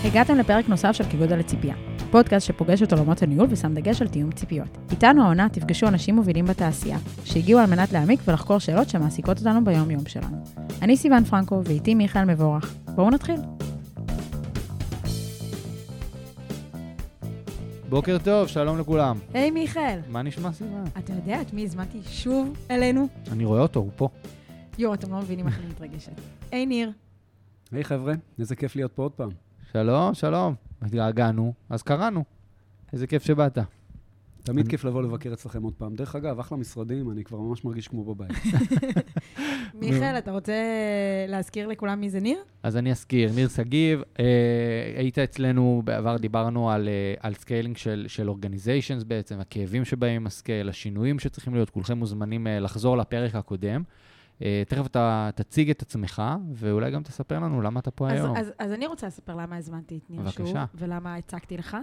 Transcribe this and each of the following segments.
הגעתם לפרק נוסף של כגודל לציפייה, פודקאסט שפוגש את עולמות הניהול ושם דגש על תיאום ציפיות. איתנו העונה תפגשו אנשים מובילים בתעשייה, שהגיעו על מנת להעמיק ולחקור שאלות שמעסיקות אותנו ביום-יום שלנו. אני סיוון פרנקו ואיתי מיכאל מבורך. בואו נתחיל. בוקר טוב, שלום לכולם. היי מיכאל. מה נשמע סיוון? אתה יודע את מי הזמנתי שוב אלינו? אני רואה אותו, הוא פה. יו, אתם לא מבינים איך אני מתרגשת. היי ניר. היי חבר'ה, איזה כיף להיות פה עוד פעם. שלום, שלום. התגעגענו, אז קראנו. איזה כיף שבאת. תמיד כיף לבוא לבקר אצלכם עוד פעם. דרך אגב, אחלה משרדים, אני כבר ממש מרגיש כמו בבית. מיכאל, אתה רוצה להזכיר לכולם מי זה ניר? אז אני אזכיר, ניר סגיב, היית אצלנו, בעבר דיברנו על סקיילינג של אורגניזיישנס בעצם, הכאבים שבהם הסקייל, השינויים שצריכים להיות, כולכם מוזמנים לחזור לפרק הקודם. תכף אתה תציג את עצמך, ואולי גם תספר לנו למה אתה פה היום. אז אני רוצה לספר למה הזמנתי את ניר שוב, ולמה הצגתי לך.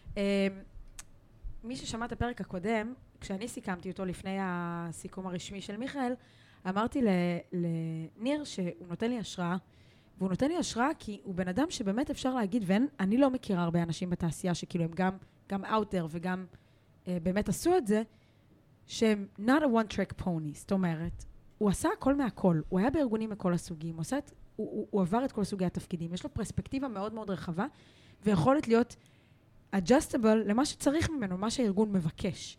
מי ששמע את הפרק הקודם, כשאני סיכמתי אותו לפני הסיכום הרשמי של מיכאל, אמרתי לניר שהוא נותן לי השראה, והוא נותן לי השראה כי הוא בן אדם שבאמת אפשר להגיד, ואני לא מכירה הרבה אנשים בתעשייה שכאילו הם גם אאוטר וגם באמת עשו את זה, שהם not a one track pony, זאת אומרת, הוא עשה הכל מהכל, הוא היה בארגונים מכל הסוגים, הוא עבר את כל סוגי התפקידים, יש לו פרספקטיבה מאוד מאוד רחבה, ויכולת להיות adjustable למה שצריך ממנו, מה שהארגון מבקש.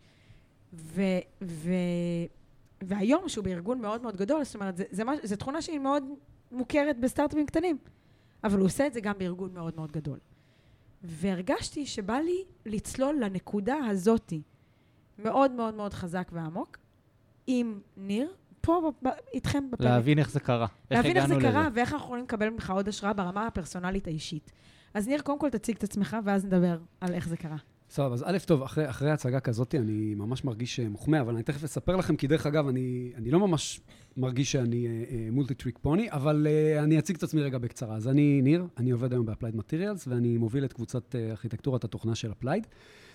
והיום שהוא בארגון מאוד מאוד גדול, זאת אומרת, זו תכונה שהיא מאוד מוכרת בסטארט-אפים קטנים, אבל הוא עושה את זה גם בארגון מאוד מאוד גדול. והרגשתי שבא לי לצלול לנקודה הזאת, מאוד מאוד מאוד חזק ועמוק, עם ניר, פה איתכם בפרק. להבין איך זה קרה. להבין איך זה קרה, ואיך אנחנו יכולים לקבל ממך עוד השראה ברמה הפרסונלית האישית. אז ניר, קודם כל תציג את עצמך, ואז נדבר על איך זה קרה. סבבה, אז א' טוב, אחרי הצגה כזאת אני ממש מרגיש מוחמא, אבל אני תכף אספר לכם, כי דרך אגב, אני לא ממש מרגיש שאני מולטי-טריק פוני, אבל אני אציג את עצמי רגע בקצרה. אז אני ניר, אני עובד היום ב-Applied Materials, ואני מוביל את קבוצת ארכיטקטורת התוכנה של Applied.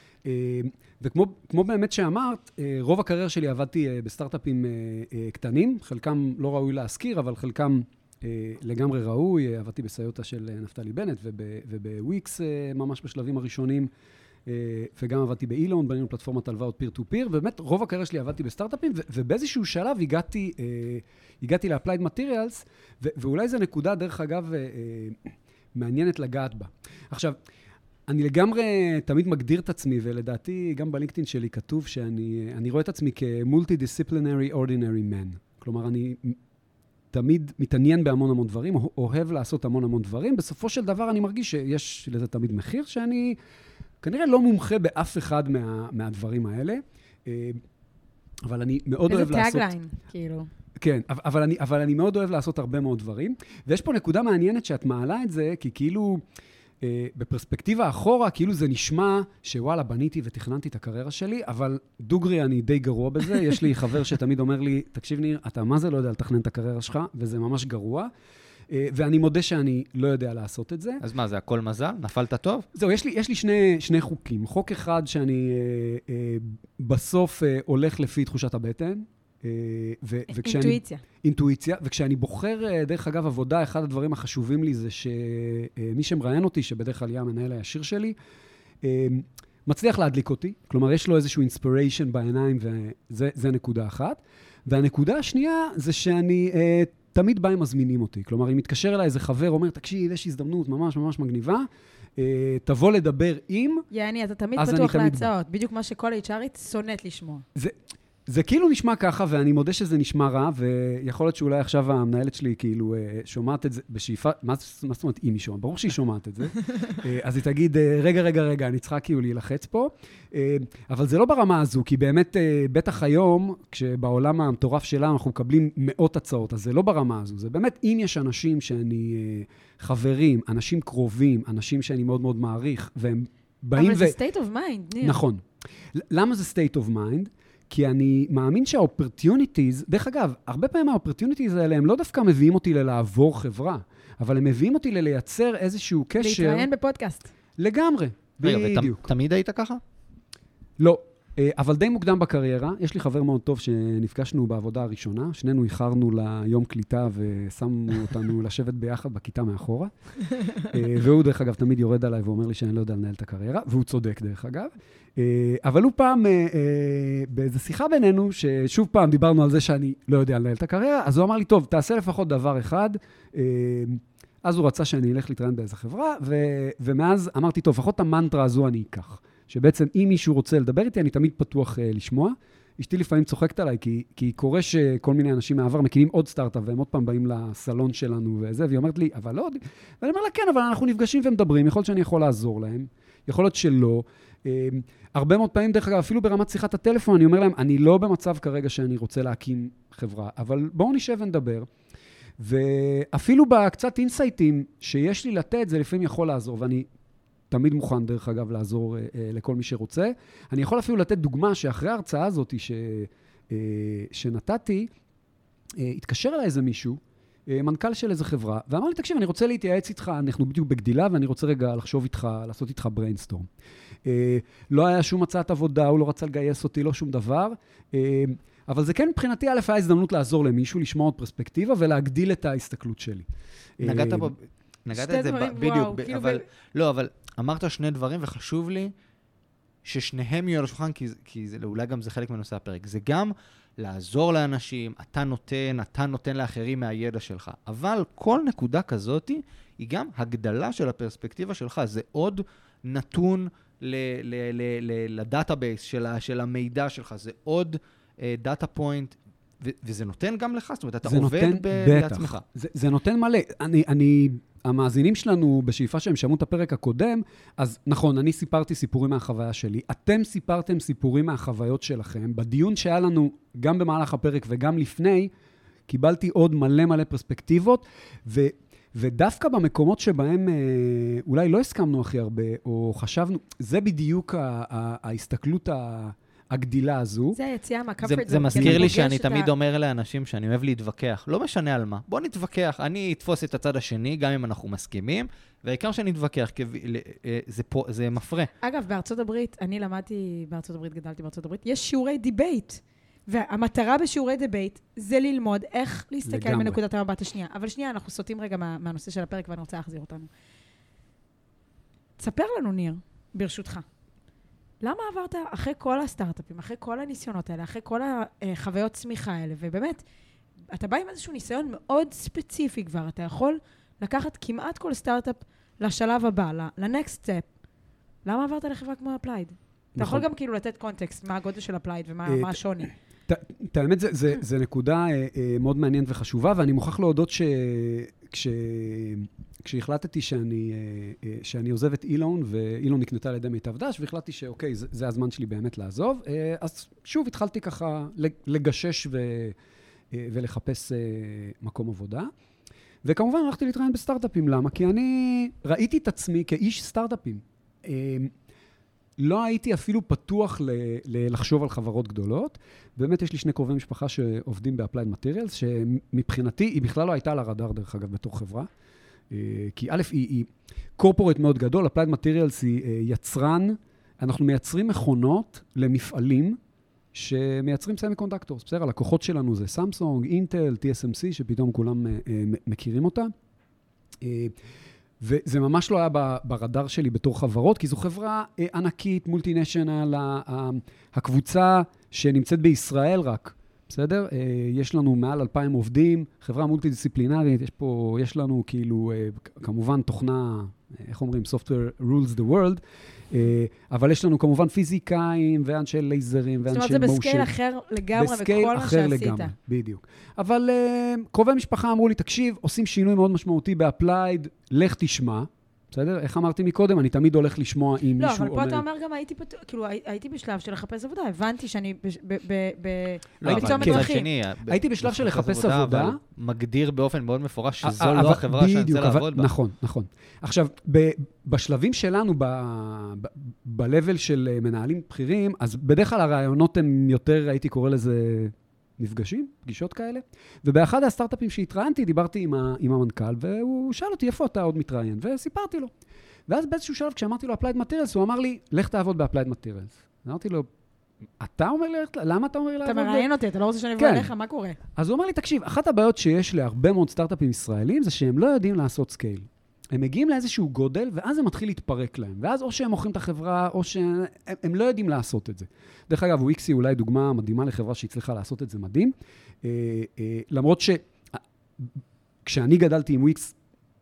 וכמו באמת שאמרת, רוב הקריירה שלי עבדתי בסטארט-אפים קטנים, חלקם לא ראוי להזכיר, אבל חלקם לגמרי ראוי, עבדתי בסיוטה של נפתלי בנט ובוויקס ממש בשלבים הראשונים, וגם עבדתי באילון, בנינו פלטפורמת הלוואות פיר טו פיר, ובאמת רוב הקריירה שלי עבדתי בסטארט-אפים, ובאיזשהו שלב הגעתי ל-Applied Materials, ואולי זו נקודה דרך אגב מעניינת לגעת בה. עכשיו, אני לגמרי תמיד מגדיר את עצמי, ולדעתי גם בלינקדאין שלי כתוב שאני רואה את עצמי כ-multidisciplinary ordinary man. כלומר, אני תמיד מתעניין בהמון דברים, אוהב לעשות המון דברים. בסופו של דבר אני מרגיש שיש לזה תמיד מחיר, שאני כנראה לא מומחה באף אחד מהדברים האלה, אבל אני מאוד אוהב לעשות... איזה טאגליין, כאילו. כן, אבל אני מאוד אוהב לעשות הרבה מאוד דברים, ויש פה נקודה מעניינת שאת מעלה את זה, כי כאילו... בפרספקטיבה אחורה, כאילו זה נשמע שוואלה, בניתי ותכננתי את הקריירה שלי, אבל דוגרי אני די גרוע בזה. יש לי חבר שתמיד אומר לי, תקשיב ניר, אתה מה זה לא יודע לתכנן את הקריירה שלך, וזה ממש גרוע. ואני מודה שאני לא יודע לעשות את זה. אז מה, זה הכל מזל? נפלת טוב? זהו, יש לי שני חוקים. חוק אחד שאני בסוף הולך לפי תחושת הבטן, אינטואיציה, וכשאני בוחר, דרך אגב, עבודה, אחד הדברים החשובים לי זה שמי שמראיין אותי, שבדרך כלל יהיה המנהל הישיר שלי, מצליח להדליק אותי, כלומר, יש לו איזשהו אינספיריישן בעיניים, וזה נקודה אחת. והנקודה השנייה זה שאני תמיד בא עם מזמינים אותי, כלומר, אם מתקשר אליי איזה חבר, אומר, תקשיב, יש הזדמנות ממש מגניבה, תבוא לדבר עם... יעני, אתה תמיד פתוח להצעות, בדיוק מה שכל HRית שונאת לשמוע. זה כאילו נשמע ככה, ואני מודה שזה נשמע רע, ויכול להיות שאולי עכשיו המנהלת שלי כאילו שומעת את זה בשאיפה, מה זאת אומרת אם היא שומעת? ברור שהיא שומעת את זה. אז היא תגיד, רגע, אני צריכה כאילו להילחץ פה. אבל זה לא ברמה הזו, כי באמת, בטח היום, כשבעולם המטורף שלנו אנחנו מקבלים מאות הצעות, אז זה לא ברמה הזו. זה באמת, אם יש אנשים שאני חברים, אנשים קרובים, אנשים שאני מאוד מאוד מעריך, והם באים אבל זה state of mind, ניר. נכון. למה זה state of mind? כי אני מאמין שהאופרטיוניטיז, דרך אגב, הרבה פעמים האופרטיוניטיז האלה, הם לא דווקא מביאים אותי לעבור חברה, אבל הם מביאים אותי לייצר איזשהו קשר... להתראיין בפודקאסט. לגמרי, בדיוק. תמיד היית ככה? לא. אבל די מוקדם בקריירה. יש לי חבר מאוד טוב שנפגשנו בעבודה הראשונה, שנינו איחרנו ליום קליטה ושמו אותנו לשבת ביחד בכיתה מאחורה. והוא דרך אגב תמיד יורד עליי ואומר לי שאני לא יודע לנהל את הקריירה, והוא צודק דרך אגב. אבל הוא פעם, באיזו שיחה בינינו, ששוב פעם דיברנו על זה שאני לא יודע לנהל את הקריירה, אז הוא אמר לי, טוב, תעשה לפחות דבר אחד. אז הוא רצה שאני אלך להתראיין באיזו חברה, ומאז אמרתי, טוב, לפחות את המנטרה הזו אני אקח. שבעצם אם מישהו רוצה לדבר איתי, אני תמיד פתוח לשמוע. אשתי לפעמים צוחקת עליי, כי קורה שכל מיני אנשים מהעבר מקימים עוד סטארט-אפ, והם עוד פעם באים לסלון שלנו וזה, והיא אומרת לי, אבל לא, ואני אומר לה, כן, אבל אנחנו נפגשים ומדברים, יכול להיות שאני יכול לעזור להם, יכול להיות שלא. הרבה מאוד פעמים, דרך אגב, אפילו ברמת שיחת הטלפון, אני אומר להם, אני לא במצב כרגע שאני רוצה להקים חברה, אבל בואו נשב ונדבר. ואפילו בקצת אינסייטים שיש לי לתת, זה לפעמים יכול לעזור, ואני תמיד מוכן, דרך אגב, לעזור לכל מי שרוצה. אני יכול אפילו לתת דוגמה שאחרי ההרצאה הזאת שנתתי, התקשר אליי איזה מישהו, מנכ"ל של איזה חברה, ואמר לי, תקשיב, אני רוצה להתייעץ איתך, אנחנו בדיוק בגדילה, ואני רוצה רגע לחשוב איתך, לעשות איתך בריינסטורם. לא היה שום הצעת עבודה, הוא לא רצה לגייס אותי, לא שום דבר, אבל זה כן מבחינתי, א', היה הזדמנות לעזור למישהו, לשמוע עוד פרספקטיבה, ולהגדיל את ההסתכלות שלי. נגעת את זה בדיוק, אבל אמרת שני דברים, וחשוב לי ששניהם יהיו על השולחן, כי אולי גם זה חלק מנושא הפרק. זה גם לעזור לאנשים, אתה נותן לאחרים מהידע שלך. אבל כל נקודה כזאת היא גם הגדלה של הפרספקטיבה שלך. זה עוד נתון לדאטאבייס של המידע שלך. זה עוד דאטה פוינט, וזה נותן גם לך. זאת אומרת, אתה עובד בעצמך. זה נותן מלא. המאזינים שלנו, בשאיפה שהם שמעו את הפרק הקודם, אז נכון, אני סיפרתי סיפורים מהחוויה שלי, אתם סיפרתם סיפורים מהחוויות שלכם, בדיון שהיה לנו גם במהלך הפרק וגם לפני, קיבלתי עוד מלא פרספקטיבות, ודווקא במקומות שבהם אולי לא הסכמנו הכי הרבה, או חשבנו, זה בדיוק ההסתכלות הגדילה הזו. זה היציאה מהקמפרט זון. זה מזכיר לי שאני תמיד אומר לאנשים שאני אוהב להתווכח. לא משנה על מה. בוא נתווכח. אני אתפוס את הצד השני, גם אם אנחנו מסכימים, והעיקר שנתווכח, זה מפרה. אגב, בארצות הברית, אני למדתי בארצות הברית, גדלתי בארצות הברית, יש שיעורי דיבייט. והמטרה בשיעורי דיבייט זה ללמוד איך להסתכל מנקודת המבט השנייה. אבל שנייה, אנחנו סוטים רגע מהנושא של הפרק, ואני רוצה להחזיר אותנו. תספר לנו, ניר, ברשותך. למה עברת אחרי כל הסטארט-אפים, אחרי כל הניסיונות האלה, אחרי כל החוויות צמיחה האלה, ובאמת, אתה בא עם איזשהו ניסיון מאוד ספציפי כבר, אתה יכול לקחת כמעט כל סטארט-אפ לשלב הבא, ל-next step. למה עברת לחברה כמו אפלייד? אתה יכול גם כאילו לתת קונטקסט, מה הגודל של אפלייד ומה השוני. האמת, זה נקודה מאוד מעניינת וחשובה, ואני מוכרח להודות כשהחלטתי שאני עוזב את אילון, ואילון נקנתה על ידי מיטב דש, והחלטתי שאוקיי, זה הזמן שלי באמת לעזוב, אז שוב התחלתי ככה לגשש ולחפש מקום עבודה, וכמובן הלכתי להתראיין בסטארט-אפים. למה? כי אני ראיתי את עצמי כאיש סטארט-אפים. לא הייתי אפילו פתוח לחשוב על חברות גדולות. באמת יש לי שני קרובי משפחה שעובדים ב-Applied Materials, שמבחינתי היא בכלל לא הייתה על הרדאר, דרך אגב, בתור חברה. כי א', היא קורפורט מאוד גדול, Applied Materials היא יצרן, אנחנו מייצרים מכונות למפעלים שמייצרים סמי-קונדקטורס. בסדר, הלקוחות שלנו זה סמסונג, אינטל, TSMC, שפתאום כולם מכירים אותה. וזה ממש לא היה ברדאר שלי בתור חברות, כי זו חברה ענקית, מולטינשיונל, הקבוצה שנמצאת בישראל רק, בסדר? יש לנו מעל 2,000 עובדים, חברה מולטי-דיסציפלינרית, יש לנו כאילו, כמובן תוכנה, איך אומרים, Software Rules the World, אבל יש לנו כמובן פיזיקאים ואנשי לייזרים ואנשי מושל. זאת אומרת, זה בסקייל אחר לגמרי בכל מה שעשית. לגמרי, בדיוק. אבל קרובי משפחה אמרו לי, תקשיב, עושים שינוי מאוד משמעותי באפלייד, לך תשמע. בסדר? איך אמרתי מקודם? אני תמיד הולך לשמוע אם מישהו אומר... לא, אבל פה אתה אומר גם, הייתי בשלב של לחפש עבודה, הבנתי שאני לא, אבל מצד שני, הייתי בשלב של לחפש עבודה, אבל מגדיר באופן מאוד מפורש שזו לא החברה שאני רוצה לעבוד בה. נכון, נכון. עכשיו, בשלבים שלנו, ב-level של מנהלים בכירים, אז בדרך כלל הרעיונות הם יותר, הייתי קורא לזה... נפגשים, פגישות כאלה, ובאחד הסטארט-אפים שהתראיינתי, דיברתי עם המנכ"ל, והוא שאל אותי, איפה אתה עוד מתראיין? וסיפרתי לו. ואז באיזשהו שלב, כשאמרתי לו Applied Materials, הוא אמר לי, לך תעבוד ב-Applied Materials. אמרתי לו, אתה אומר לי, למה אתה אומר לי אתה לעבוד? מראיין אותי, אתה לא רוצה שאני אבוא אליך, מה קורה? אז הוא אומר לי, תקשיב, אחת הבעיות שיש להרבה מאוד סטארט-אפים ישראלים, זה שהם לא יודעים לעשות סקייל. הם מגיעים לאיזשהו גודל, ואז זה מתחיל להתפרק להם. ואז או שהם מוכרים את החברה, או שהם לא יודעים לעשות את זה. דרך אגב, וויקסי אולי דוגמה מדהימה לחברה שהצליחה לעשות את זה מדהים. למרות שכשאני גדלתי עם וויקס,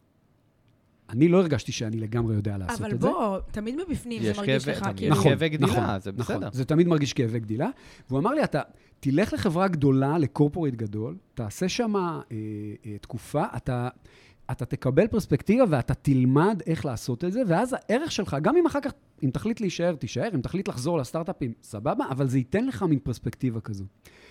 אני לא הרגשתי שאני לגמרי יודע לעשות את זה. אבל בוא, תמיד מבפנים זה מרגיש לך כאילו. יש כאבי גדילה, זה בסדר. זה תמיד מרגיש כאבי גדילה. והוא אמר לי, אתה תלך לחברה גדולה, לקורפורט גדול, תעשה שם תקופה, אתה תקבל פרספקטיבה ואתה תלמד איך לעשות את זה, ואז הערך שלך, גם אם אחר כך, אם תחליט להישאר, תישאר, אם תחליט לחזור לסטארט-אפים, סבבה, אבל זה ייתן לך מין פרספקטיבה כזו.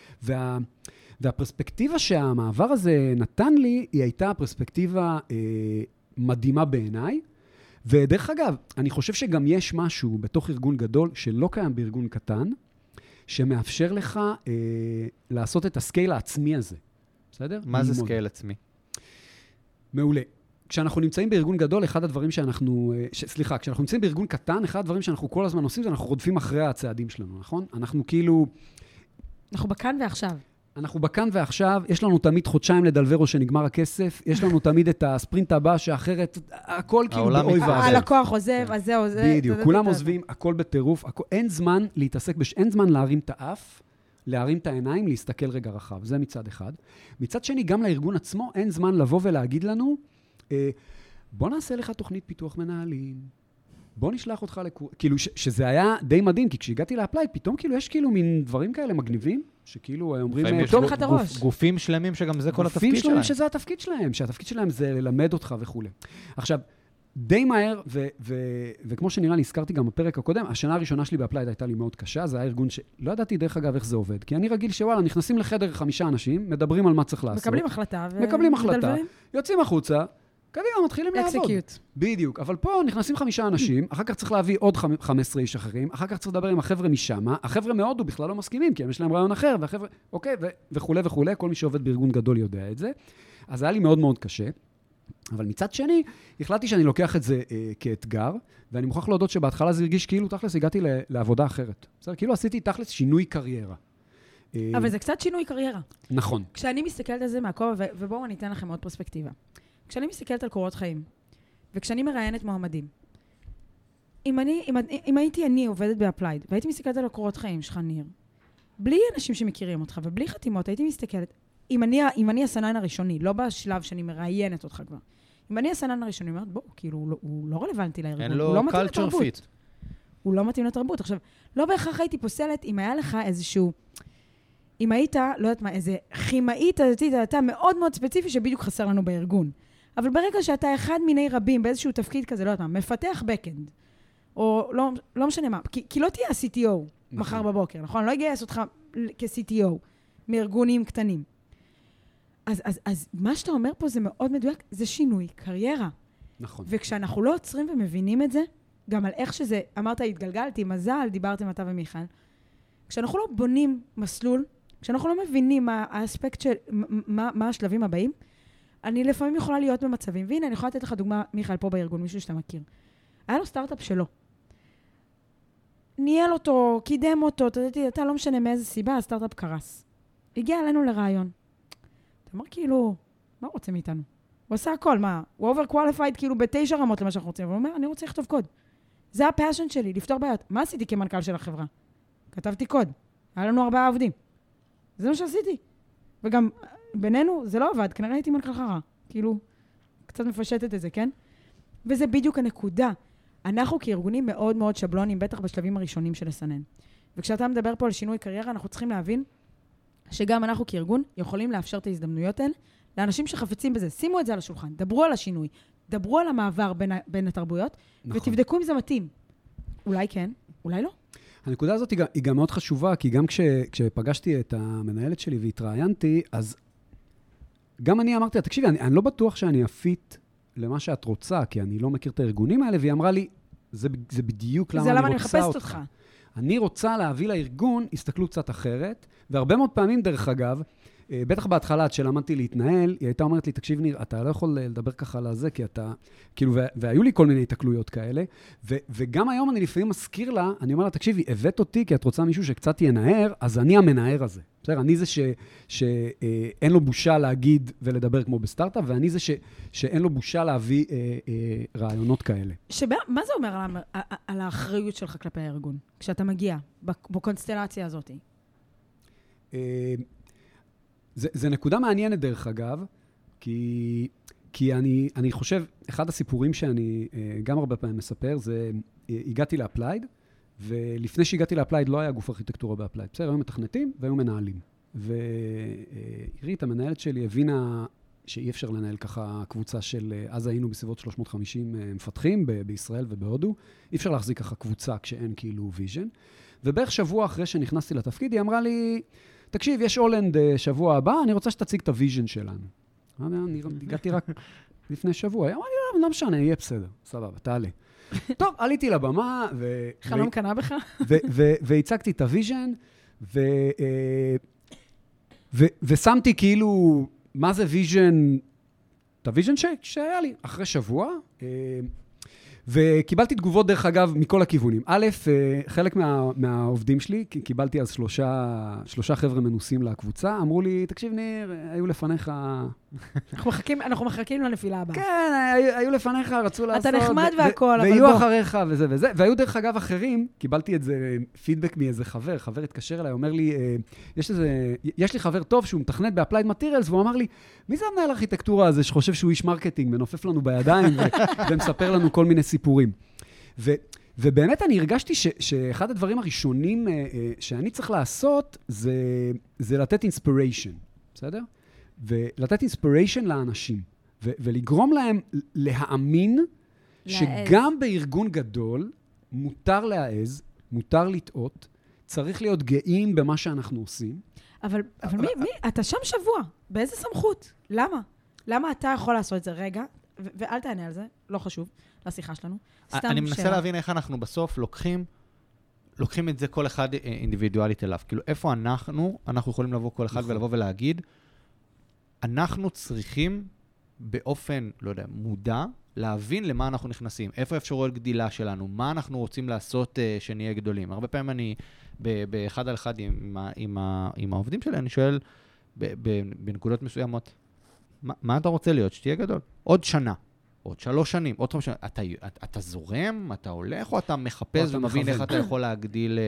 והפרספקטיבה שהמעבר הזה נתן לי, היא הייתה פרספקטיבה מדהימה בעיניי, ודרך אגב, אני חושב שגם יש משהו בתוך ארגון גדול, שלא קיים בארגון קטן, שמאפשר לך לעשות את הסקייל העצמי הזה. בסדר? מה זה סקייל עצמי? מעולה. כשאנחנו נמצאים בארגון גדול, אחד הדברים כשאנחנו נמצאים בארגון קטן, אחד הדברים שאנחנו כל הזמן עושים, זה אנחנו רודפים אחרי הצעדים שלנו, נכון? אנחנו כאילו... אנחנו בכאן ועכשיו. אנחנו בכאן ועכשיו, יש לנו תמיד חודשיים לדלבר או שנגמר הכסף, יש לנו תמיד את הספרינט הבא, שאחרת, הכל כאילו באוי ואבוי. הלקוח עוזב, אז זהו, זה... בדיוק, כולם עוזבים, הכל בטירוף, אין זמן להתעסק, אין זמן להרים את האף, להרים את העיניים, להסתכל רגע רחב. זה מצד אחד. מצד שני, גם לארגון עצמו, אין זמן לבוא ולהגיד לנו, בוא נעשה לך תוכנית פיתוח מנהלים, בוא נשלח אותך כאילו, שזה היה די מדהים, כי כשהגעתי לאפלייד, פתאום כאילו יש כאילו מין דברים כאלה מגניבים, שכאילו אומרים... פתאום לך את הראש. גופים שלמים שגם זה כל התפקיד שלהם. גופים שלמים שזה התפקיד שלהם, שהתפקיד שלהם זה ללמד אותך וכו'. עכשיו, די מהר, וכמו שנראה לי, הזכרתי גם בפרק הקודם, השנה הראשונה שלי באפלייד הייתה לי מאוד קשה, זה היה ארגון שלא ידעתי דרך אגב איך זה עובד, כי אני רגיל שוואלה, נכנסים לחדר 5 אנשים, מדברים על מה צריך לעשות. מקבלים החלטה, יוצאים החוצה, קדימה, מתחילים לעבוד. בדיוק, אבל פה נכנסים 5 אנשים, אחר כך צריך להביא עוד 15 איש אחרים, אחר כך צריך לדבר עם החבר'ה משם, החבר'ה מהודו בכלל לא מסכימים, כי יש להם רעיון אחר, והחבר'ה, אוקיי, וכו' וכו', כל מי שעובד בארגון גדול יודע את זה. אז היה לי מאוד מאוד קשה. אבל מצד שני, החלטתי שאני לוקח את זה כאתגר, ואני מוכרח להודות שבהתחלה זה הרגיש כאילו תכלס הגעתי לעבודה אחרת. בסדר? כאילו עשיתי תכלס שינוי קריירה. אבל זה קצת שינוי קריירה. נכון. כשאני מסתכלת על זה מהכובע, ובואו אני אתן לכם עוד פרספקטיבה. כשאני מסתכלת על קורות חיים, וכשאני מראיינת מועמדים, אם הייתי אני עובדת באפלייד, והייתי מסתכלת על הקורות חיים שלך, ניר, בלי אנשים שמכירים אותך, ובלי חתימות, הייתי מסתכלת, אם אני הסנן הראשוני, לא בשלב שאני מראיינת אותך כבר, אם אני הסנן הראשוני, אומרת, בוא, כאילו, הוא לא רלוונטי לארגון, אין לו culture fit. הוא לא מתאים לתרבות. עכשיו, לא בהכרח הייתי פוסלת, אם היה לך איזשהו, אם היית, לא יודעת מה, איזה כימאית, אתה מאוד מאוד ספציפי שבדיוק חסר לנו בארגון. אבל ברגע שאתה אחד מיני רבים באיזשהו תפקיד כזה, לא יודעת מה, מפתח בקאנד, או לא משנה מה, כי לא תהיה ה-CTO מחר בבוקר, נכון? לא יגייס אותך כ-CTO מארגונים קטנים. אז מה שאתה אומר פה זה מאוד מדויק, זה שינוי קריירה. נכון. וכשאנחנו לא עוצרים ומבינים את זה, גם על איך שזה, אמרת, התגלגלתי, מזל, דיברתם אתה ומיכל, כשאנחנו לא בונים מסלול, כשאנחנו לא מבינים מה האספקט של, מה השלבים הבאים, אני לפעמים יכולה להיות במצבים, והנה, אני יכולה לתת לך דוגמה, מיכל, פה בארגון, מישהו שאתה מכיר. היה לו סטארט-אפ שלו. ניהל אותו, קידם אותו, אתה לא משנה מאיזה סיבה, הסטארט-אפ קרס. הגיע אלינו לרעיון. אתה אומר כאילו, מה הוא רוצה מאיתנו? הוא עושה הכל, מה? הוא over-qualified כאילו ב9 רמות למה שאנחנו רוצים, אבל הוא אומר, אני רוצה לכתוב קוד. זה הפאשן שלי, לפתור בעיות. מה עשיתי כמנכ"ל של החברה? כתבתי קוד. היה לנו 4 עובדים. זה מה שעשיתי. וגם בינינו, זה לא עבד, כנראה הייתי מנכ"ל חרא. כאילו, קצת מפשטת את זה, כן? וזה בדיוק הנקודה. אנחנו כארגונים מאוד מאוד שבלונים, בטח בשלבים הראשונים של לסנן. וכשאתה מדבר פה על שינוי קריירה, אנחנו צריכים להבין שגם אנחנו כארגון יכולים לאפשר את ההזדמנויות האלה לאנשים שחפצים בזה. שימו את זה על השולחן, דברו על השינוי, דברו על המעבר בין התרבויות, נכון. ותבדקו אם זה מתאים. אולי כן, אולי לא. הנקודה הזאת היא גם מאוד חשובה, כי גם כשפגשתי את המנהלת שלי והתראיינתי, אז גם אני אמרתי, תקשיבי, אני לא בטוח שאני אפיט למה שאת רוצה, כי אני לא מכיר את הארגונים האלה, והיא אמרה לי, זה בדיוק למה אני רוצה אותך. אני רוצה להביא לארגון הסתכלות קצת אחרת, והרבה מאוד פעמים, דרך אגב, בטח בהתחלה, עד שלמדתי להתנהל, היא הייתה אומרת לי, תקשיב ניר, אתה לא יכול לדבר ככה על הזה, כי אתה, כאילו, והיו לי כל מיני התקלויות כאלה, וגם היום אני לפעמים מזכיר לה, אני אומר לה, תקשיבי, הבאת אותי, כי את רוצה מישהו שקצת ינער, אז אני המנער הזה. בסדר, אני זה שאין לו בושה להגיד ולדבר כמו בסטארט-אפ, ואני זה שאין לו בושה להביא רעיונות כאלה. מה זה אומר על האחריות שלך כלפי הארגון, כשאתה מגיע בקונסטלציה הזאת? זה נקודה מעניינת דרך אגב, כי אני חושב, אחד הסיפורים שאני גם הרבה פעמים מספר, זה הגעתי לאפלייד, ולפני שהגעתי לאפלייד לא היה גוף ארכיטקטורה באפלייד. בסדר, היו מתכנתים והיו מנהלים. ועירית, המנהלת שלי, הבינה שאי אפשר לנהל ככה קבוצה של, אז היינו בסביבות 350 מפתחים בישראל ובהודו, אי אפשר להחזיק ככה קבוצה כשאין כאילו ויז'ן. ובערך שבוע אחרי שנכנסתי לתפקיד, היא אמרה לי, תקשיב, יש הולנד שבוע הבא, אני רוצה שתציג את הוויז'ן שלנו. אני הגעתי רק לפני שבוע, היא אמרה לי, לא משנה, יהיה בסדר, סבבה, תעלה. טוב, עליתי לבמה, חלום קנה בך? והצגתי את הוויז'ן, ושמתי כאילו, מה זה ויז'ן, את הוויז'ן שהיה לי, אחרי שבוע, וקיבלתי תגובות דרך אגב מכל הכיוונים. א', חלק מהעובדים שלי, קיבלתי אז שלושה חבר'ה מנוסים לקבוצה, אמרו לי, תקשיב ניר, היו לפניך... אנחנו מחכים לנפילה הבאה. כן, היו לפניך, רצו לעשות... אתה נחמד והכל, אבל בוא. ויהיו אחריך וזה וזה. והיו דרך אגב אחרים, קיבלתי את זה פידבק מאיזה חבר התקשר אליי, אומר לי, יש לי חבר טוב שהוא מתכנת באפלייד מטריאלס, והוא אמר לי, מי זה המנהל הארכיטקטורה הזה שחושב שהוא איש מרקטינג, מנופף לנו בידיים ומספר לנו כל מיני סיפורים. ובאמת אני הרגשתי שאחד הדברים הראשונים שאני צריך לעשות זה לתת אינספיריישן, בסדר? ולתת אינספיריישן לאנשים, ולגרום להם להאמין שגם בארגון גדול מותר להעז, מותר לטעות, צריך להיות גאים במה שאנחנו עושים. אבל מי? אתה שם שבוע, באיזה סמכות? למה? למה אתה יכול לעשות את זה? רגע, ואל תענה על זה, לא חשוב, לשיחה שלנו. אני מנסה להבין איך אנחנו בסוף לוקחים את זה כל אחד אינדיבידואלית אליו. כאילו, איפה אנחנו יכולים לבוא כל אחד ולבוא ולהגיד, אנחנו צריכים באופן, לא יודע, מודע, להבין למה אנחנו נכנסים, איפה האפשרויות גדילה שלנו, מה אנחנו רוצים לעשות שנהיה גדולים. הרבה פעמים אני, באחד על אחד עם העובדים שלי, אני שואל בנקודות מסוימות, מה אתה רוצה להיות? שתהיה גדול. עוד שנה, עוד 3 שנים, עוד 5 שנים. אתה זורם, אתה הולך, או אתה מחפש ומבין איך אתה יכול להגדיל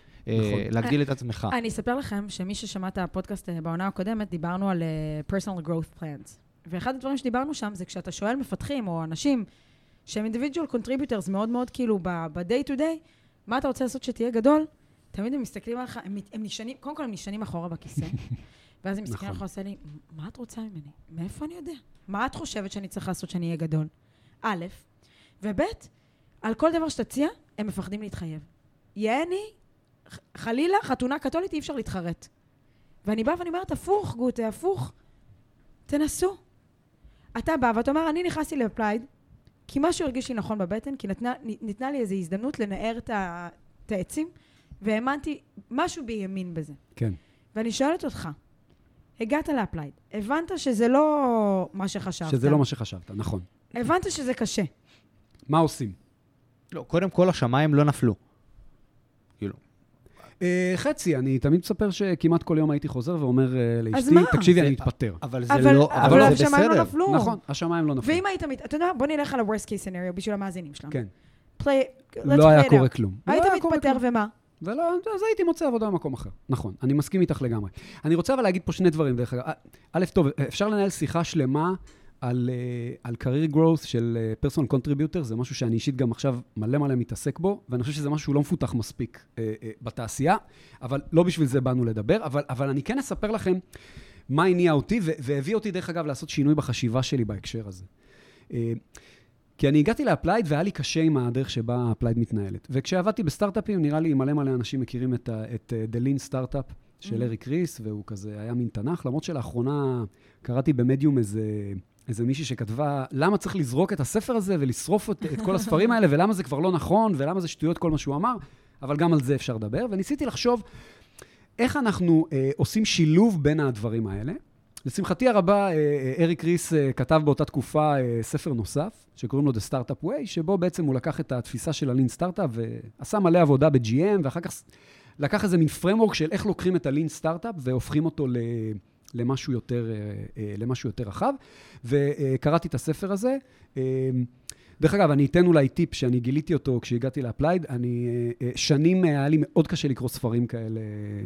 את עצמך? אני אספר לכם שמי ששמע את הפודקאסט בעונה הקודמת, דיברנו על personal growth plans. ואחד הדברים שדיברנו שם זה כשאתה שואל מפתחים או אנשים שהם individual contributors מאוד מאוד כאילו ב-day to day, מה אתה רוצה לעשות שתהיה גדול? תמיד הם מסתכלים עליך, הם נשענים, קודם כל הם נשענים אחורה בכיסא, ואז הם מסתכלים עליך ועושה לי, מה את רוצה ממני? מאיפה אני יודע? מה את חושבת שאני צריך לעשות שאני אהיה גדול? א', וב', על כל דבר שתציע, הם מפחדים להתחייב. יעני, חלילה, חתונה קתולית אי אפשר להתחרט. ואני באה ואני אומרת, הפוך, גוטה, הפוך. תנסו. אתה בא ואתה אומר, אני נכנסתי לאפלייד, כי משהו הרגיש לי נכון בבטן, כי ניתנה לי איזו הזדמנות לנער את העצים, והאמנתי, משהו בימין בזה. כן. ואני שואלת אותך, הגעת לאפלייד, הבנת שזה לא מה שחשבת. שזה לא מה שחשבת, נכון. הבנת שזה קשה. מה עושים? לא, קודם כל השמיים לא נפלו. כאילו. חצי, אני תמיד מספר שכמעט כל יום הייתי חוזר ואומר לאשתי, תקשיבי, אני מתפטר. אבל זה לא, אבל השמיים לא נפלו. נכון, השמיים לא נפלו. ואם היית, אתה יודע, בוא נלך על ה-worst case scenario בשביל המאזינים שלנו. כן. let's לא היה play it קורה out. כלום. היית מתפטר ומה? אז הייתי מוצא עבודה במקום אחר. נכון, אני מסכים איתך לגמרי. אני רוצה אבל להגיד פה 2 דברים, דרך אגב. א', טוב, אפשר לנהל שיחה שלמה על career growth של personal contributor, זה משהו שאני אישית גם עכשיו מלא מתעסק בו, ואני חושב שזה משהו שהוא לא מפותח מספיק בתעשייה, אבל לא בשביל זה באנו לדבר, אבל אני כן אספר לכם מה הניע אותי, והביא אותי דרך אגב לעשות שינוי בחשיבה שלי בהקשר הזה. כי אני הגעתי לאפלייד והיה לי קשה עם הדרך שבה האפלייד מתנהלת. וכשעבדתי בסטארט-אפים, נראה לי מלא אנשים מכירים את The Lean Startup של אריק ריס, והוא כזה היה מין תנך, למרות שלאחרונה קראתי במדיום איזה מישהי שכתבה, למה צריך לזרוק את הספר הזה ולשרוף את כל הספרים האלה, ולמה זה כבר לא נכון, ולמה זה שטויות כל מה שהוא אמר, אבל גם על זה אפשר לדבר. וניסיתי לחשוב, איך אנחנו עושים שילוב בין הדברים האלה? לשמחתי הרבה, אריק ריס כתב באותה תקופה ספר נוסף, שקוראים לו The Startup Way, שבו בעצם הוא לקח את התפיסה של הלין סטארט-אפ, ועשה מלא עבודה ב-GM, ואחר כך לקח איזה מין פרמורק של איך לוקחים את הלין סטארט-אפ, והופכים אותו למשהו יותר רחב. וקראתי את הספר הזה. דרך אגב, אני אתן אולי טיפ שאני גיליתי אותו כשהגעתי לאפלייד. שנים היה לי מאוד קשה לקרוא ספרים כאלה.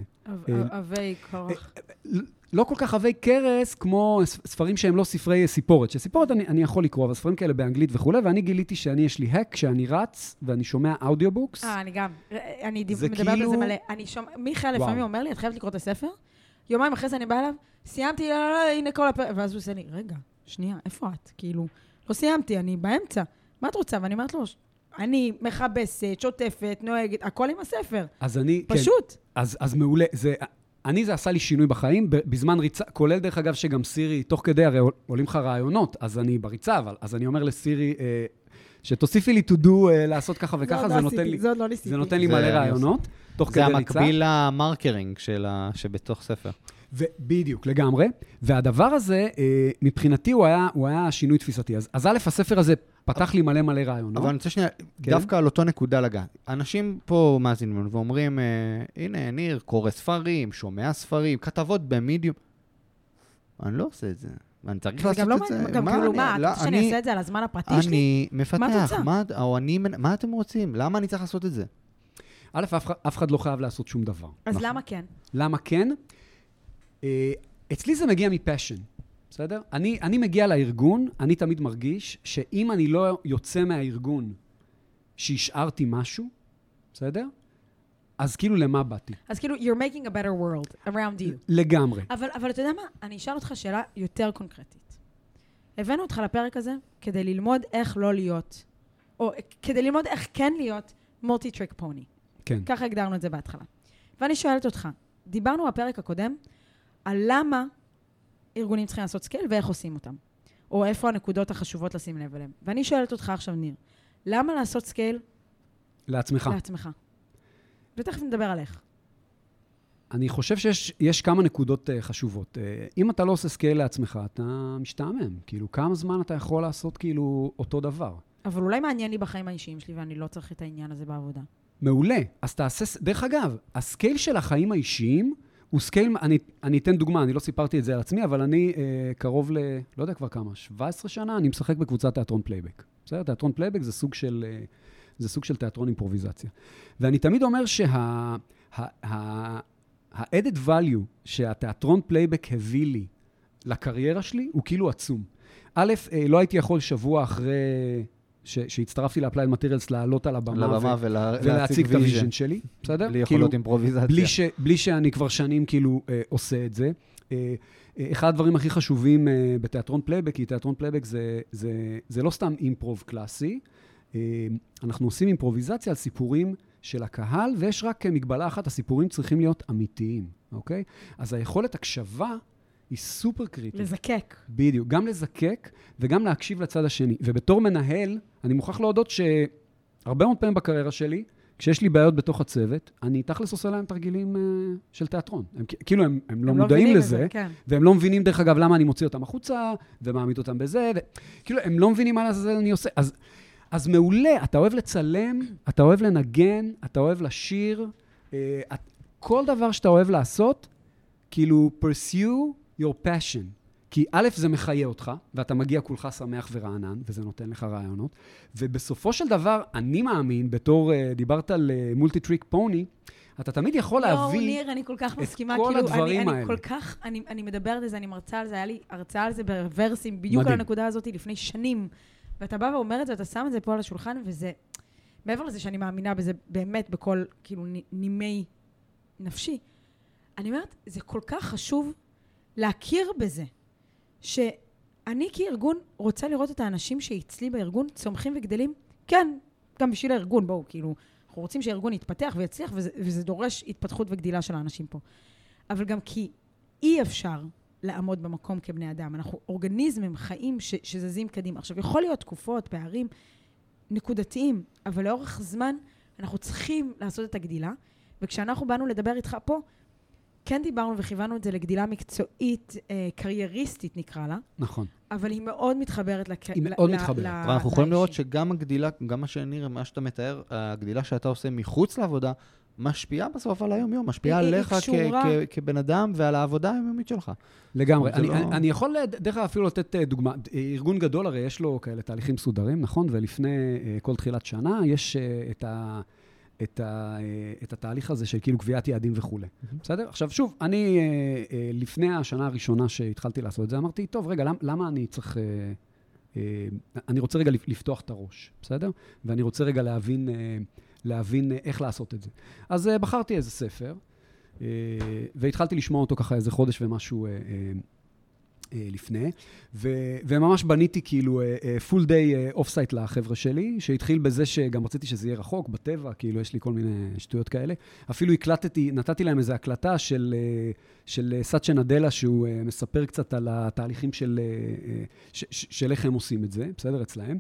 אבי כוח. לא כל כך אבי קרס, כמו ספרים שהם לא ספרי סיפורת. שסיפורת אני יכול לקרוא, אבל ספרים כאלה באנגלית וכו', ואני גיליתי יש לי hack, שאני רץ ואני שומע אודיובוקס. אני גם. אני מדברת על זה מלא. מיכאל לפעמים אומר לי, את חייבת לקרוא את הספר? יומיים אחרי זה אני באה אליו, סיימתי, הנה כל הפרק, ואז הוא עושה לי, רגע, שנייה, איפה את? כאילו, לא סיימתי, אני באמצע. מה את רוצה? ואני אומרת לו, אני מכבסת, שוטפת, נוהגת, הכל עם הספר. אז אני, פשוט. כן. אז מעולה. זה עשה לי שינוי בחיים, בזמן ריצה, כולל דרך אגב שגם סירי, תוך כדי, הרי עולים לך רעיונות, אז אני בריצה, אז אני אומר לסירי, שתוסיפי לי to do, לעשות ככה וככה, זה נותן לי מלא רעיונות, תוך כדי ריצה. זה המקביל למרקרינג שבתוך ספר. בדיוק, לגמרי. והדבר הזה, מבחינתי, הוא היה שינוי תפיסתי. אז א', הספר הזה פתח לי מלא רעיונות. אבל אני רוצה שנייה, דווקא על אותו נקודה לגע. אנשים פה מאזינים ואומרים, הנה, ניר, קורא ספרים, שומע ספרים, כתבות במדיום. אני לא עושה את זה. אני צריך לעשות את זה. גם כאילו מה, אתה רוצה שאני אעשה את זה על הזמן הפרטי שלי? אני מפתח, מה אתם רוצים? למה אני צריך לעשות את זה? א', אף אחד לא חייב לעשות שום דבר. אז למה כן? למה כן? אצלי זה מגיע מפשן, בסדר? אני מגיע לארגון, אני תמיד מרגיש שאם אני לא יוצא מהארגון שהשארתי משהו, בסדר? אז כאילו למה באתי? אז כאילו, you're making a better world around you. לגמרי. אבל אתה יודע מה? אני אשאל אותך שאלה יותר קונקרטית. הבאנו אותך לפרק הזה כדי ללמוד איך לא להיות, או כדי ללמוד איך כן להיות multi-trick pony. כן. ככה הגדרנו את זה בהתחלה. ואני שואלת אותך, דיברנו בפרק הקודם, על למה ארגונים צריכים לעשות סקייל ואיך עושים אותם. או איפה הנקודות החשובות לשים לב אליהם. ואני שואלת אותך עכשיו, ניר, למה לעשות סקייל? לעצמך. לעצמך. ותכף נדבר על איך. אני חושב שיש כמה נקודות חשובות. אם אתה לא עושה סקייל לעצמך, אתה משתעמם. כאילו, כמה זמן אתה יכול לעשות כאילו אותו דבר? אבל אולי מעניין לי בחיים האישיים שלי, ואני לא צריך את העניין הזה בעבודה. מעולה. אז תעשה, דרך אגב, הסקייל של החיים האישיים, הוא סקייל, אני אתן דוגמה, אני לא סיפרתי את זה על עצמי, אבל אני קרוב לא יודע כבר כמה, 17 שנה, אני משחק בקבוצת תיאטרון פלייבק. בסדר? תיאטרון פלייבק זה סוג של תיאטרון אימפרוביזציה. ואני תמיד אומר ה-added value שהתיאטרון פלייבק הביא לי לקריירה שלי, הוא כאילו עצום. א', לא הייתי יכול שבוע אחרי שהצטרפתי לאפלייד מטריאלס לעלות על הבמה ולהציג את הוויז'ן שלי, בסדר? בלי יכולות אימפרוביזציה. בלי שאני כבר שנים כאילו עושה את זה. אחד הדברים הכי חשובים בתיאטרון פלייבק, כי תיאטרון פלייבק זה לא סתם אימפרוב קלאסי, אנחנו עושים אימפרוביזציה על סיפורים של הקהל, ויש רק מגבלה אחת, הסיפורים צריכים להיות אמיתיים, אוקיי? אז היכולת הקשבה היא סופר קריטית. לזקק. בדיוק, גם לזקק וגם להקשיב לצד השני. ובתור מנהל, אני מוכרח להודות שהרבה מאוד פעמים בקריירה שלי, כשיש לי בעיות בתוך הצוות, אני תכלס עושה להם תרגילים של תיאטרון. כאילו, הם לא מודעים לזה, כן. והם לא מבינים, דרך אגב, למה אני מוציא אותם החוצה, ומעמיד אותם בזה, כאילו, הם לא מבינים מה זה אני עושה. אז מעולה, אתה אוהב לצלם, אתה אוהב לנגן, אתה אוהב לשיר, כל דבר שאתה אוהב לעשות, כאילו, pursue your passion. כי א', זה מחיה אותך, ואתה מגיע כולך שמח ורענן, וזה נותן לך רעיונות. ובסופו של דבר, אני מאמין, בתור, דיברת על מולטי-טריק פוני, אתה תמיד יכול להביא ניר, אני כל כך מסכימה, את כל הדברים האלה. אני כל כך, אני מדברת על זה, אני מרצה על זה, היה לי הרצאה על זה ברוורסים, בדיוק על הנקודה הזאת לפני שנים. ואתה בא ואומר את זה, אתה שם את זה פה על השולחן, וזה, מעבר לזה שאני מאמינה בזה באמת בכל, כאילו, נימי נפשי. אני אומרת, זה כל כך חשוב להכיר בזה, שאני כארגון רוצה לראות את האנשים שאצלי בארגון צומחים וגדלים, כן, גם בשביל הארגון, בואו, כאילו, אנחנו רוצים שהארגון יתפתח ויצליח, וזה דורש התפתחות וגדילה של האנשים פה. אבל גם כי אי אפשר לעמוד במקום כבני אדם. אנחנו אורגניזמים, חיים שזזים קדימה. עכשיו, יכול להיות תקופות, פערים נקודתיים, אבל לאורך זמן אנחנו צריכים לעשות את הגדילה, וכשאנחנו באנו לדבר איתך פה, כן דיברנו וכיוונו את זה לגדילה מקצועית, קרייריסטית נקרא לה. נכון. אבל היא מאוד מתחברת היא מאוד מתחברת. אבל אנחנו יכולים לראות שגם הגדילה, גם מה שנראה, מה שאתה מתאר, הגדילה שאתה עושה מחוץ לעבודה, משפיעה בסוף על היום-יום, משפיעה עליך כבן אדם ועל העבודה היומיומית שלך. לגמרי. אני יכול דרך אפילו לתת דוגמה. ארגון גדול הרי יש לו כאלה תהליכים מסודרים, נכון? ולפני כל תחילת שנה יש את התהליך הזה של כאילו קביעת יעדים וכו'. בסדר? עכשיו שוב, אני לפני השנה הראשונה שהתחלתי לעשות את זה, אמרתי, טוב, רגע, למה אני צריך... אני רוצה רגע לפתוח את הראש, בסדר? ואני רוצה רגע להבין איך לעשות את זה. אז בחרתי איזה ספר, והתחלתי לשמוע אותו ככה איזה חודש ומשהו לפני, וממש בניתי כאילו full day off-site לחבר'ה שלי, שהתחיל בזה שגם רציתי שזה יהיה רחוק, בטבע, כאילו יש לי כל מיני שטויות כאלה. אפילו נתתי להם איזו הקלטה של סאצ'ה נדלה, שהוא מספר קצת על התהליכים של איך הם עושים את זה, בסדר, אצלהם.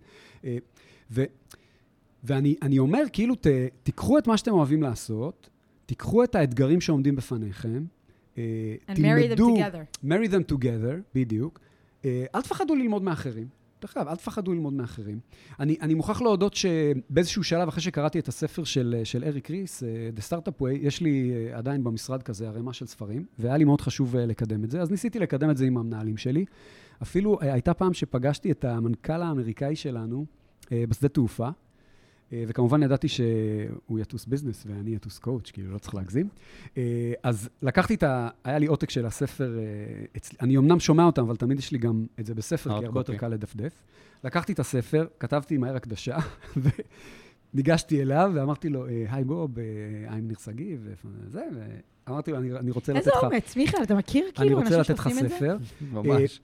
ואני אומר, כאילו, תיקחו את מה שאתם אוהבים לעשות, תיקחו את האתגרים שעומדים בפניכם, תלמדו, marry them together, בדיוק. אל תפחדו ללמוד מאחרים. אל תפחדו ללמוד מאחרים. אני מוכרח להודות שבאיזשהו שלב, אחרי שקראתי את הספר של אריק ריס, The Startup Way, יש לי עדיין במשרד כזה הרמה של ספרים, והיה לי מאוד חשוב לקדם את זה, אז ניסיתי לקדם את זה עם המנהלים שלי. אפילו הייתה פעם שפגשתי את המנכ"ל האמריקאי שלנו בשדה תעופה, וכמובן ידעתי שהוא יטוס ביזנס ואני יטוס קואוץ', כאילו לא צריך להגזים. אז לקחתי היה לי עותק של הספר, אני אמנם שומע אותם, אבל תמיד יש לי גם את זה בספר, כי הרבה יותר קל לדפדף. לקחתי את הספר, כתבתי מהר הקדשה, וניגשתי אליו ואמרתי לו, היי בוב, I'm ניר שגיב, וזה, ואמרתי לו, אני רוצה לתת לך... איזה אומץ, מיכאל, אתה מכיר כאילו אנשים שעושים את זה? ממש.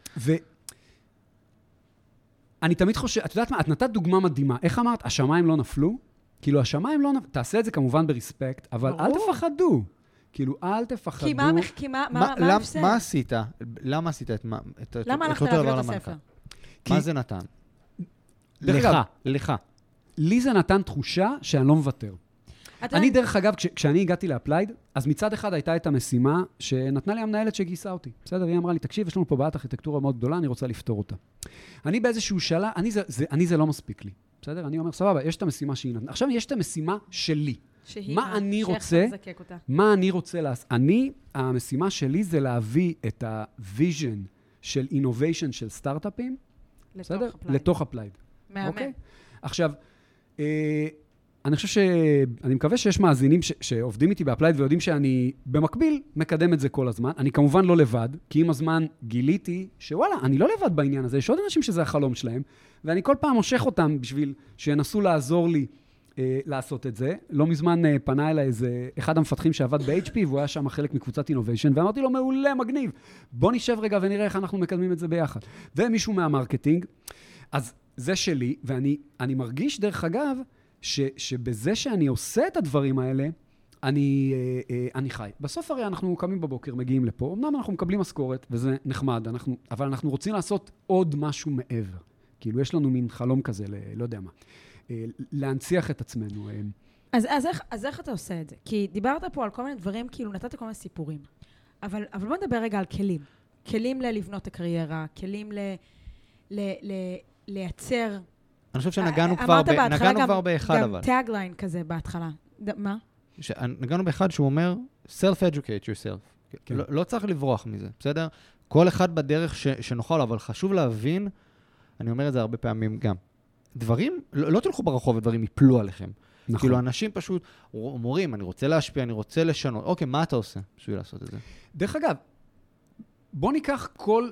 אני תמיד חושב, את יודעת מה, את נתת דוגמה מדהימה. איך אמרת? השמיים לא נפלו? כאילו, השמיים לא נפלו. תעשה את זה כמובן ברספקט, אבל אל תפחדו. כאילו, אל תפחדו. כי מה ההפסד? מה עשית? למה עשית את למה הלכת להעביר את הספר? מה זה נתן? לך. לי זה נתן תחושה שאני לא מוותר. אני דרך אגב, כשאני הגעתי לאפלייד, אז מצד אחד הייתה את המשימה שנתנה לי המנהלת שגייסה אותי. בסדר, היא אמרה לי, תקשיב, יש לנו פה בעיית ארכיטקטורה מאוד גדולה, אני רוצה לפתור אותה. אני באיזשהו שאלה, זה לא מספיק לי. בסדר? אני אומר, סבבה, יש את המשימה שהיא נתנה. עכשיו יש את המשימה שלי. מה אני רוצה לעשות? המשימה שלי זה להביא את הוויז'ן של אינוביישן של סטארט-אפים, בסדר? לתוך אפלייד. מהמם. עכשיו, אני חושב אני מקווה שיש מאזינים שעובדים איתי באפלייד ויודעים שאני במקביל מקדם את זה כל הזמן. אני כמובן לא לבד, כי עם הזמן גיליתי שוואלה, אני לא לבד בעניין הזה. יש עוד אנשים שזה החלום שלהם, ואני כל פעם מושך אותם בשביל שינסו לעזור לי לעשות את זה. לא מזמן פנה אליי איזה אחד המפתחים שעבד ב-HP, והוא היה שם חלק מקבוצת אינוביישן, ואמרתי לו, מעולה, מגניב. בוא נשב רגע ונראה איך אנחנו מקדמים את זה ביחד. ומישהו מהמרקטינג, אז זה שלי, ואני מרגיש דרך אגב, שבזה שאני עושה את הדברים האלה, אני חי. בסוף הרי אנחנו קמים בבוקר, מגיעים לפה, אמנם אנחנו מקבלים משכורת, וזה נחמד, אבל אנחנו רוצים לעשות עוד משהו מעבר. כאילו, יש לנו מין חלום כזה, לא יודע מה. להנציח את עצמנו. אז איך אתה עושה את זה? כי דיברת פה על כל מיני דברים, כאילו נתת כל מיני סיפורים. אבל בוא נדבר רגע על כלים. כלים לבנות הקריירה, כלים לייצר... אני חושב שנגענו כבר באחד, אבל. גם טאגליין כזה בהתחלה. מה? נגענו באחד שהוא אומר, self-educate yourself. לא צריך לברוח מזה, בסדר? כל אחד בדרך שנוכל, אבל חשוב להבין, אני אומר את זה הרבה פעמים גם, דברים, לא תלכו ברחוב ודברים יפלו עליכם. נכון. כאילו, אנשים פשוט אומרים, אני רוצה להשפיע, אני רוצה לשנות. אוקיי, מה אתה עושה בשביל לעשות את זה? דרך אגב, בוא ניקח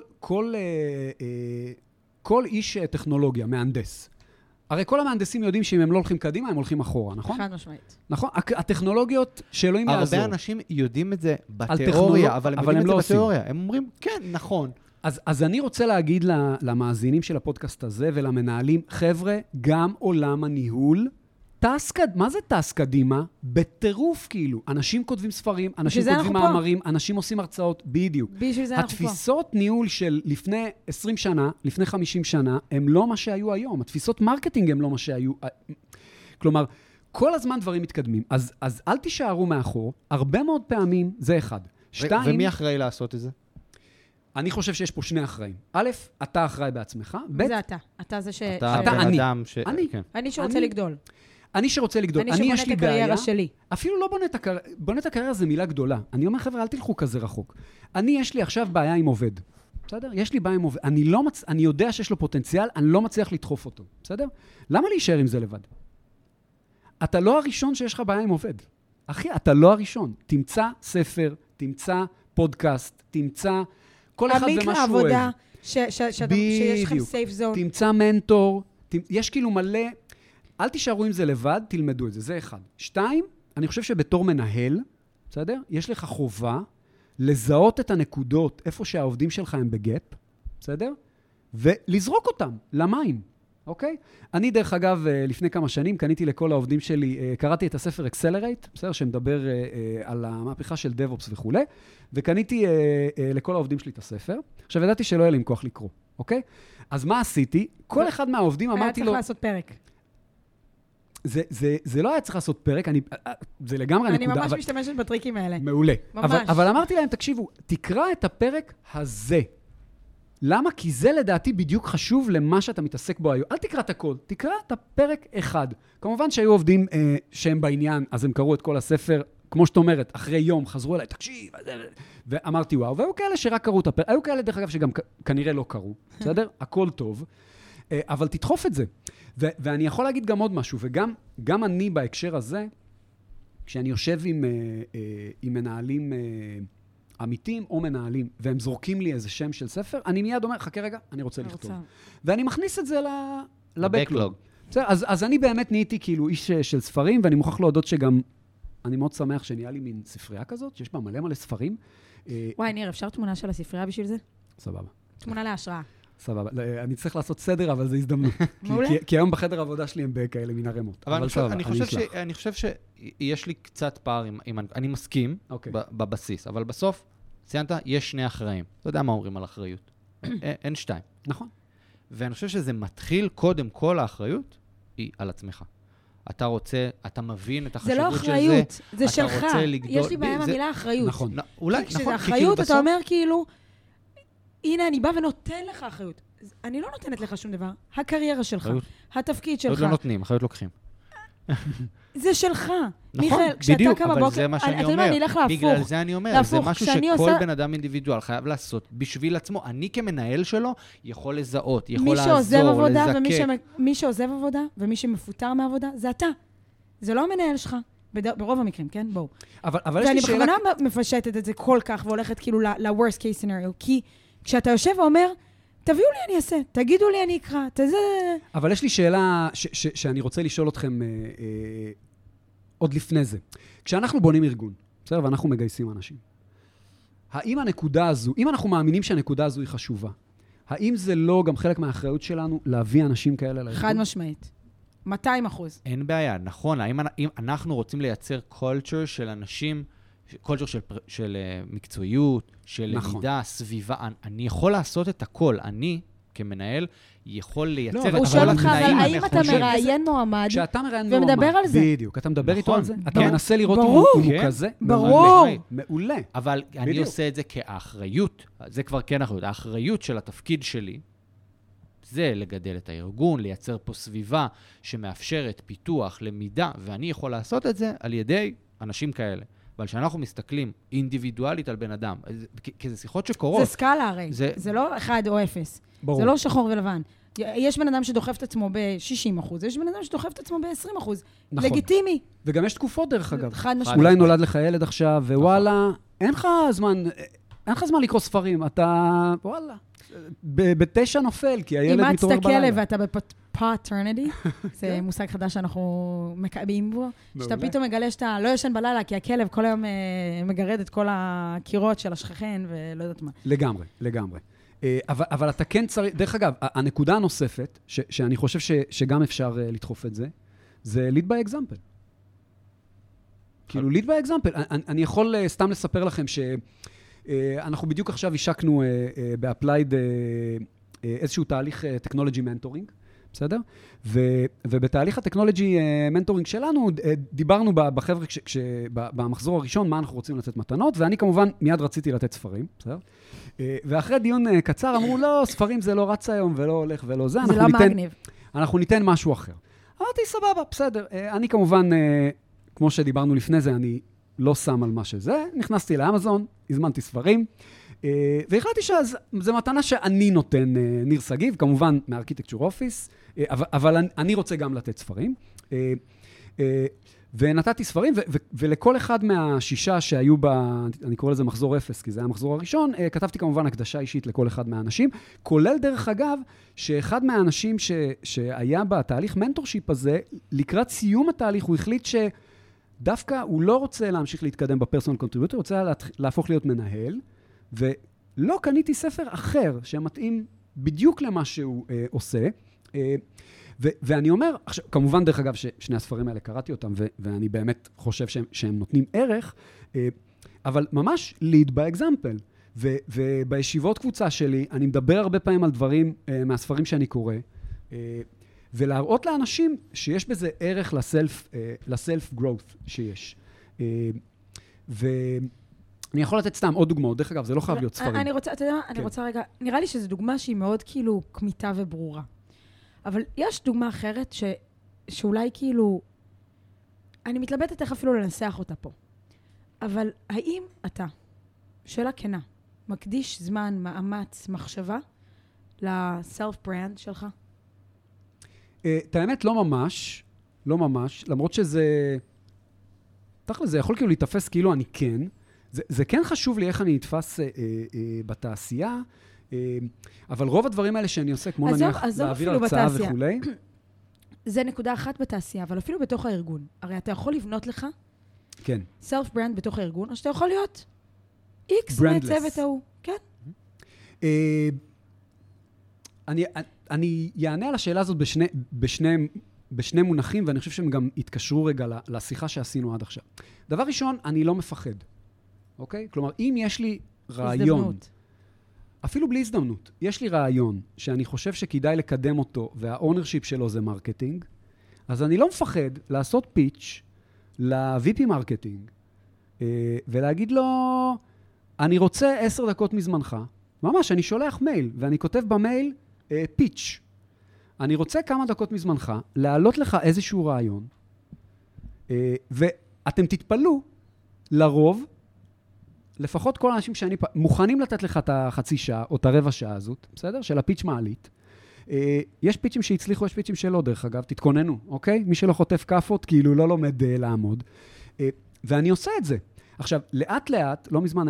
כל איש טכנולוגיה, מהנדס. הרי כל המהנדסים יודעים שאם הם לא הולכים קדימה, הם הולכים אחורה, נכון? חד משמעית. נכון? הטכנולוגיות שאלוהים יעזור. הרבה אנשים יודעים את זה בתיאוריה, אבל הם יודעים את זה בתיאוריה. הם אומרים, כן, נכון. אז אני רוצה להגיד למאזינים של הפודקאסט הזה ולמנהלים, חבר'ה, גם עולם הניהול, מה זה טס קדימה? בטירוף כאילו. אנשים כותבים ספרים, אנשים כותבים מאמרים, אנשים עושים הרצאות, בדיוק. התפיסות ניהול של לפני 20 שנה, לפני 50 שנה, הם לא מה שהיו היום. התפיסות מרקטינג הם לא מה שהיו. כלומר, כל הזמן דברים מתקדמים. אז אל תישארו מאחור. הרבה מאוד פעמים, זה אחד. שתיים, ומי אחראי לעשות את זה? אני חושב שיש פה שני אחראים. א', אתה אחראי בעצמך. ב', זה אתה. אתה זה ש... אתה אתה בן אני. אדם אני. כן. אני שרוצה לגדול. אני שרוצה לגדול. אני שבונה יש את לי בעיה. הקריירה שלי. אפילו לא בונה את הקריירה, זה מילה גדולה. אני אומר, חבר'ה, אל תלכו כזה רחוק. יש לי עכשיו בעיה עם עובד. בסדר? יש לי בעיה עם עובד. אני יודע שיש לו פוטנציאל, אני לא מצליח לדחוף אותו. בסדר? למה להישאר עם זה לבד? אתה לא הראשון שיש לך בעיה עם עובד. אחי, אתה לא הראשון. תמצא ספר, תמצא פודקאסט, תמצא כל אחד ומה שהוא אוהב. עמית לעבודה, שיש לכם סייף זון. תמצא מנטור, יש כאילו מלא... אל תישארו עם זה לבד, תלמדו את זה, זה אחד. שתיים, אני חושב שבתור מנהל, בסדר? יש לך חובה לזהות את הנקודות איפה שהעובדים שלך הם בגאפ, בסדר? ולזרוק אותם למים, אוקיי? אני דרך אגב, לפני כמה שנים קניתי לכל העובדים שלי, קראתי את הספר Accelerate, בסדר? שמדבר על המהפכה של DevOps וכו', וקניתי לכל העובדים שלי את הספר. עכשיו, ידעתי שלא יהיה להם כוח לקרוא, אוקיי? אז מה עשיתי? כל אחד מהעובדים אמרתי לו... היה צריך לעשות פרק. זה לא היה צריך לעשות פרק, זה לגמרי הנקודה. אני ממש משתמשת בטריקים האלה. מעולה. ממש. אבל אמרתי להם, תקשיבו, תקרא את הפרק הזה. למה? כי זה לדעתי בדיוק חשוב למה שאתה מתעסק בו היום. אל תקרא את הכל, תקרא את הפרק אחד. כמובן שהיו עובדים שהם בעניין, אז הם קראו את כל הספר, כמו שאת אומרת, אחרי יום חזרו אליי, תקשיב, ואמרתי וואו, והיו כאלה שרק קראו את הפרק, היו כאלה דרך אגב שגם כנראה לא קראו, בסדר? הכל טוב, אבל תדחוף את זה. ואני יכול להגיד גם עוד משהו, וגם אני בהקשר הזה, כשאני יושב עם מנהלים אמיתיים או מנהלים, והם זורקים לי איזה שם של ספר, אני מיד אומר, חכה רגע, אני רוצה לכתוב. ואני מכניס את זה לבקלוג. אז אני באמת נהייתי כאילו איש של ספרים, ואני מוכרח להודות שגם, אני מאוד שמח שנהיה לי מין ספרייה כזאת, שיש בה מלא ספרים. וואי, ניר, אפשר תמונה של הספרייה בשביל זה? סבבה. תמונה להשראה. סבבה. אני צריך לעשות סדר, אבל זה הזדמנות. מעולה. כי היום בחדר העבודה שלי הם בכאלה מן הרמות. אבל אני חושב שיש לי קצת פער, אני מסכים בבסיס, אבל בסוף, ציינת, יש שני אחראים. אתה יודע מה אומרים על אחריות. אין שתיים. נכון. ואני חושב שזה מתחיל, קודם כל האחריות, היא על עצמך. אתה רוצה, אתה מבין את החשיבות של זה. זה לא אחריות, זה שלך. יש לי בעיה עם המילה אחריות. נכון. אולי, כי כשזה אחריות, אתה אומר כאילו, הנה, אני בא ונותן לך אחריות. אני לא נותנת לך שום דבר. הקריירה שלך, התפקיד שלך. אחריות לא נותנים, אחריות לוקחים. זה שלך. נכון, בדיוק, אבל זה מה שאני אומר. בגלל זה אני אומר, זה משהו שכל בן אדם אינדיבידואל חייב לעשות בשביל עצמו. אני כמנהל שלו יכול לזהות, יכול לעזור, לזקק. מי שעוזב עבודה ומי שמפוטר מהעבודה, זה אתה. זה לא המנהל שלך. ברוב המקרים, כן? בואו. ואני בכוונה מפשטת את זה כל כך והולכת כאילו ל-worst case scenario, כי כשאתה יושב ואומר, תביאו לי, אני אעשה, תגידו לי, אני אקרא, אבל יש לי שאלה שאני רוצה לשאול אתכם עוד לפני זה. כשאנחנו בונים ארגון, בסדר? ואנחנו מגייסים אנשים, האם הנקודה הזו, אם אנחנו מאמינים שהנקודה הזו היא חשובה, האם זה לא גם חלק מהאחריות שלנו להביא אנשים כאלה לארגון? חד משמעית. 200%. אין בעיה, נכון. האם אנחנו רוצים לייצר קולצ'ר של אנשים, קולצ'ר של מקצועיות, של למידה, סביבה, אני יכול לעשות את הכל. אני, כמנהל, יכול לייצר את הוא שואל אותך, אבל האם אתה מראיין מועמד ומדבר על זה? בדיוק, אתה מדבר איתו על זה? אתה מנסה לראות אם הוא כזה? ברור. מעולה. אבל אני עושה את זה כאחריות, זה כבר כן אחריות. האחריות של התפקיד שלי, זה לגדל את הארגון, לייצר פה סביבה שמאפשרת פיתוח, למידה, ואני יכול לעשות את זה על ידי אנשים כאלה. אבל כשאנחנו מסתכלים אינדיבידואלית על בן אדם, כי זה שיחות שקורות. זה סקאלה הרי, זה לא 1 או 0. ברור. זה לא שחור ולבן. יש בן אדם שדוחף את עצמו ב-60%, יש בן אדם שדוחף את עצמו ב-20%. נכון. לגיטימי. וגם יש תקופות דרך אגב. חד משמעית. אולי נולד לך ילד עכשיו, ווואלה, אין לך זמן לקרוא ספרים, אתה, וואלה, ב-9 נופל, כי הילד מתעורר בלילה. אימצת כלב ואתה בפאטרניטי, זה מושג חדש שאנחנו מקבעים בו, שאתה פתאום מגלה שאתה לא ישן בלילה, כי הכלב כל היום מגרד את כל הקירות של השכחן ולא יודעת מה. לגמרי. אבל אתה כן צריך, דרך אגב, הנקודה הנוספת, שאני חושב שגם אפשר לדחוף את זה, זה lead by example. כאילו, lead by example. אני יכול סתם לספר לכם שאנחנו בדיוק עכשיו השקנו באפלייד איזשהו תהליך טכנולוגי מנטורינג, בסדר? ובתהליך הטכנולוגי מנטורינג שלנו, דיברנו בחבר'ה במחזור הראשון, מה אנחנו רוצים לתת מתנות, ואני כמובן מיד רציתי לתת ספרים, בסדר? ואחרי דיון קצר אמרו, לא, ספרים זה לא רץ היום ולא הולך ולא זה. זה לא מגניב. אנחנו ניתן משהו אחר. אמרתי, סבבה, בסדר. אני כמובן, כמו שדיברנו לפני זה, אני לא שם על מה שזה. נכנסתי לאמזון, הזמנתי ספרים, והחלטתי שזו מתנה שאני נותן, ניר סגיב, כמובן מארכיטקצ'ר אופיס, אבל אני רוצה גם לתת ספרים. ונתתי ספרים, ולכל אחד מהשישה שהיו אני קורא לזה מחזור אפס, כי זה היה המחזור הראשון, כתבתי כמובן הקדשה אישית לכל אחד מהאנשים, כולל דרך אגב, שאחד מהאנשים שהיה בתהליך מנטורשיפ הזה, לקראת סיום התהליך, הוא החליט שדווקא הוא לא רוצה להמשיך להתקדם בפרסונל קונטריביוטור, הוא רוצה להפוך להיות מנהל, ולא קניתי ספר אחר שמתאים בדיוק למה שהוא עושה, ואני אומר, כמובן דרך אגב ששני הספרים האלה קראתי אותם, ואני באמת חושב שהם נותנים ערך, אבל ממש lead by example. ובישיבות קבוצה שלי, אני מדבר הרבה פעמים על דברים מהספרים שאני קורא, ולהראות לאנשים שיש בזה ערך לסלף growth שיש. אני יכול לתת סתם עוד דוגמאות, דרך אגב, זה לא חייב להיות ספרים. אני רוצה, אתה יודע מה? אני רוצה רגע, נראה לי שזו דוגמה שהיא מאוד כאילו כמיתה וברורה. אבל יש דוגמה אחרת שאולי כאילו, אני מתלבטת איך אפילו לנסח אותה פה. אבל האם אתה, שאלה כנה, מקדיש זמן, מאמץ, מחשבה לסלף ברנד שלך? את האמת לא ממש, למרות שזה, תכל'ס זה יכול כאילו להתאפס כאילו אני כן, זה כן חשוב לי איך אני נתפס בתעשייה, אבל רוב הדברים האלה שאני עושה, כמו נניח להעביר הרצאה וכולי. זה נקודה אחת בתעשייה, אבל אפילו בתוך הארגון. הרי אתה יכול לבנות לך סלף ברנד בתוך הארגון, או שאתה יכול להיות איקס מהצוות ההוא. כן. אני יענה על השאלה הזאת בשני מונחים, ואני חושב שהם גם התקשרו רגע לשיחה שעשינו עד עכשיו. דבר ראשון, אני לא מפחד. אוקיי? כלומר, אם יש לי רעיון, אפילו בלי הזדמנות, יש לי רעיון שאני חושב שכדאי לקדם אותו, והאונרשיפ שלו זה מרקטינג, אז אני לא מפחד לעשות פיץ' ל-VP מרקטינג, ולהגיד לו, אני רוצה 10 דקות מזמנך. ממש, אני שולח מייל, ואני כותב במייל פיץ'. אני רוצה כמה דקות מזמנך, להעלות לך איזשהו רעיון, ואתם תתפלו, לרוב, לפחות כל האנשים שאני מוכנים לתת לך את החצי שעה, או את הרבע שעה הזאת, בסדר? של הפיץ' מעלית. יש פיצ'ים שהצליחו, יש פיצ'ים שלא, דרך אגב, תתכוננו, אוקיי? מי שלא חוטף כפות, כאילו לא לומד לעמוד. ואני עושה את זה. עכשיו, לאט לאט, לא מזמן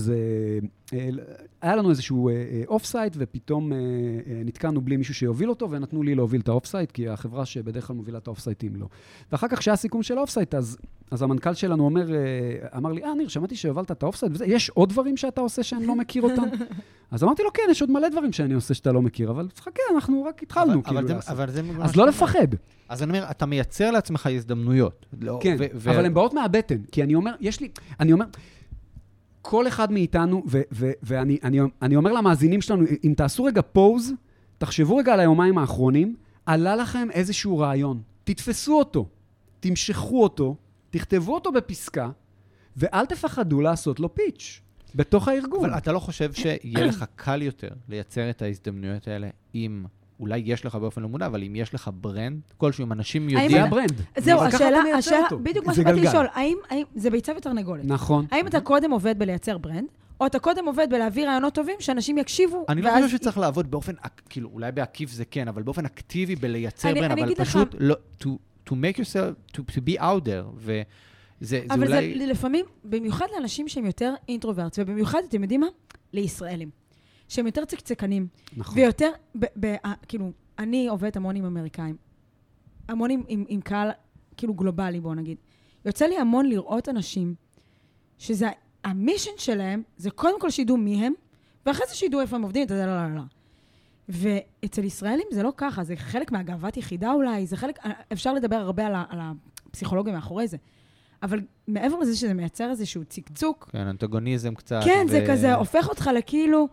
היה לנו איזשהו אוף-סייט, ופתאום נתקענו בלי מישהו שיוביל אותו, ונתנו לי להוביל את האוף-סייט, כי החברה שבדרך כלל מובילה את האוף-סייטים לא. ואחר כך, כשהיה סיכום של האוף-סייט, אז המנכ"ל שלנו אמר לי, ניר, שמעתי שהובלת את האוף-סייט, יש עוד דברים שאתה עושה שאני לא מכיר אותם? אז אמרתי לו, כן, יש עוד מלא דברים שאני עושה שאתה לא מכיר, אבל חכה, אנחנו רק התחלנו. אז לא לפחד. אז אני אומר, אתה מייצר לעצמך הזדמנויות. כן, אבל הן באות מהבטן, כי אני אומר, כל אחד מאיתנו, ואני אומר למאזינים שלנו, אם תעשו רגע פוז, תחשבו רגע על היומיים האחרונים, עלה לכם איזשהו רעיון, תתפסו אותו, תמשכו אותו, תכתבו אותו בפסקה, ואל תפחדו לעשות לו פיץ' בתוך הארגון. אבל אתה לא חושב שיהיה לך קל יותר לייצר את ההזדמנויות האלה, אם אולי יש לך באופן לא מודע, אבל אם יש לך ברנד, כלשהו, אם אנשים יודעים... זה הברנד. זהו, השאלה, בדיוק מה שבאתי לשאול, האם זה ביצה ותרנגולת? נכון. האם אתה קודם עובד בלייצר ברנד, או אתה קודם עובד בלהביא רעיונות טובים, שאנשים יקשיבו? אני לא חושב שצריך לעבוד באופן, כאילו, אולי בעקיף זה כן, אבל באופן אקטיבי בלייצר ברנד, אבל פשוט to make yourself, to be out there, אבל זה לפעמים, במיוחד לאנשים שהם יותר אינטרוברטס, ובמיוחד, אתם יודעים מה? לישראלים. שהם יותר צקצקנים. נכון. ויותר, כאילו, אני עובדת המון עם אמריקאים. המון עם קהל, כאילו, גלובלי, בואו נגיד. יוצא לי המון לראות אנשים, שזה, המישן שלהם, זה קודם כל שידעו מי הם, ואחרי זה שידעו איפה הם עובדים, לא. ואצל ישראלים זה לא ככה, זה חלק מהגאוות יחידה אולי, זה חלק, אפשר לדבר הרבה על הפסיכולוגיה מאחורי זה. אבל מעבר לזה שזה מייצר איזשהו צקצוק. כן, אנטגוניזם קצת. כן, זה כזה, הופך אותך לכאילו,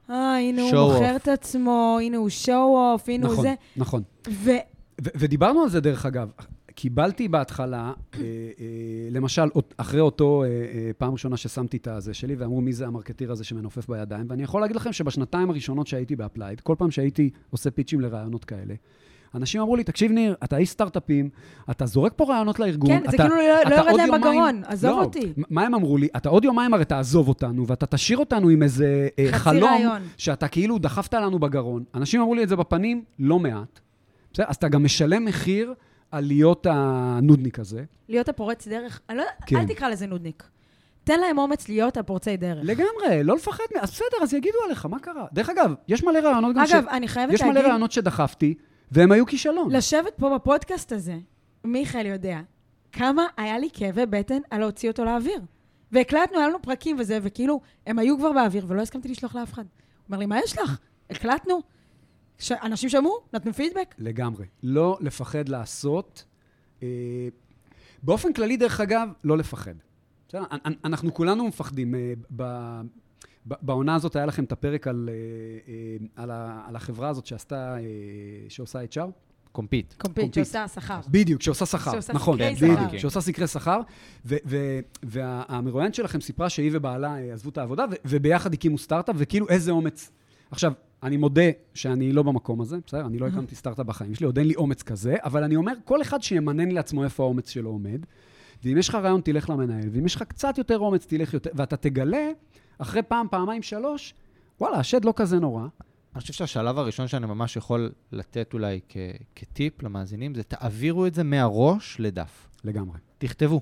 הנה הוא Show מוכר off. את עצמו, הנה הוא show off, הנה הוא זה. נכון. ודיברנו על זה דרך אגב. קיבלתי בהתחלה, למשל, אחרי אותו פעם ראשונה ששמתי את הזה שלי, ואמרו מי זה המרקטיר הזה שמנופף בידיים, ואני יכול להגיד לכם שבשנתיים הראשונות שהייתי באפלייד, כל פעם שהייתי עושה פיצ'ים לרעיונות כאלה, אנשים אמרו לי, תקשיב ניר, אתה איש סטארט-אפים, אתה זורק פה רעיונות לארגון. כן, זה כאילו לא יורד להם בגרון, עזוב אותי. מה הם אמרו לי? אתה עוד יומיים הרי תעזוב אותנו, ואתה תשאיר אותנו עם איזה חלום, שאתה כאילו דחפת לנו בגרון. אנשים אמרו לי את זה בפנים, לא מעט. בסדר? אז אתה גם משלם מחיר על להיות הנודניק הזה. להיות הפורץ דרך, אל תקרא לזה נודניק. תן להם אומץ להיות הפורצי דרך. לגמרי, לא לפחד. אז בסדר, אז יגידו עליך, מה קרה? דרך אגב, יש מלא רעיונות גם אגב, אני חייבת יש מלא רעיונות שדחפתי, והם היו כישלון. לשבת פה בפודקאסט הזה, מיכאל יודע, כמה היה לי כאבי בטן על להוציא אותו לאוויר. והקלטנו, היה לנו פרקים וזה, וכאילו, הם היו כבר באוויר, ולא הסכמתי לשלוח לאף אחד. הוא אומר לי, מה יש לך? הקלטנו. אנשים שמעו, נתנו פידבק. לגמרי. לא לפחד לעשות. באופן כללי, דרך אגב, לא לפחד. אנחנו כולנו מפחדים. בעונה הזאת היה לכם את הפרק על החברה הזאת שעושה HR? קומפיט, שעושה שכר. בדיוק, שעושה שכר. נכון, בדיוק, שעושה סקרי שכר. והמרואיינת שלכם סיפרה שהיא ובעלה עזבו את העבודה, וביחד הקימו סטארט-אפ, וכאילו איזה אומץ. עכשיו, אני מודה שאני לא במקום הזה, בסדר? אני לא הקמתי סטארט-אפ בחיים שלי, עוד אין לי אומץ כזה, אבל אני אומר, כל אחד שימנן לעצמו איפה האומץ שלו עומד, ואם יש לך רעיון, תלך למנהל, ואם יש לך קצת יותר אומץ, תלך יותר, ואתה תגלה, אחרי פעם, פעמיים, 3, וואלה, השד לא כזה נורא. אני חושב שהשלב הראשון שאני ממש יכול לתת אולי כטיפ למאזינים, זה תעבירו את זה מהראש לדף. לגמרי. תכתבו.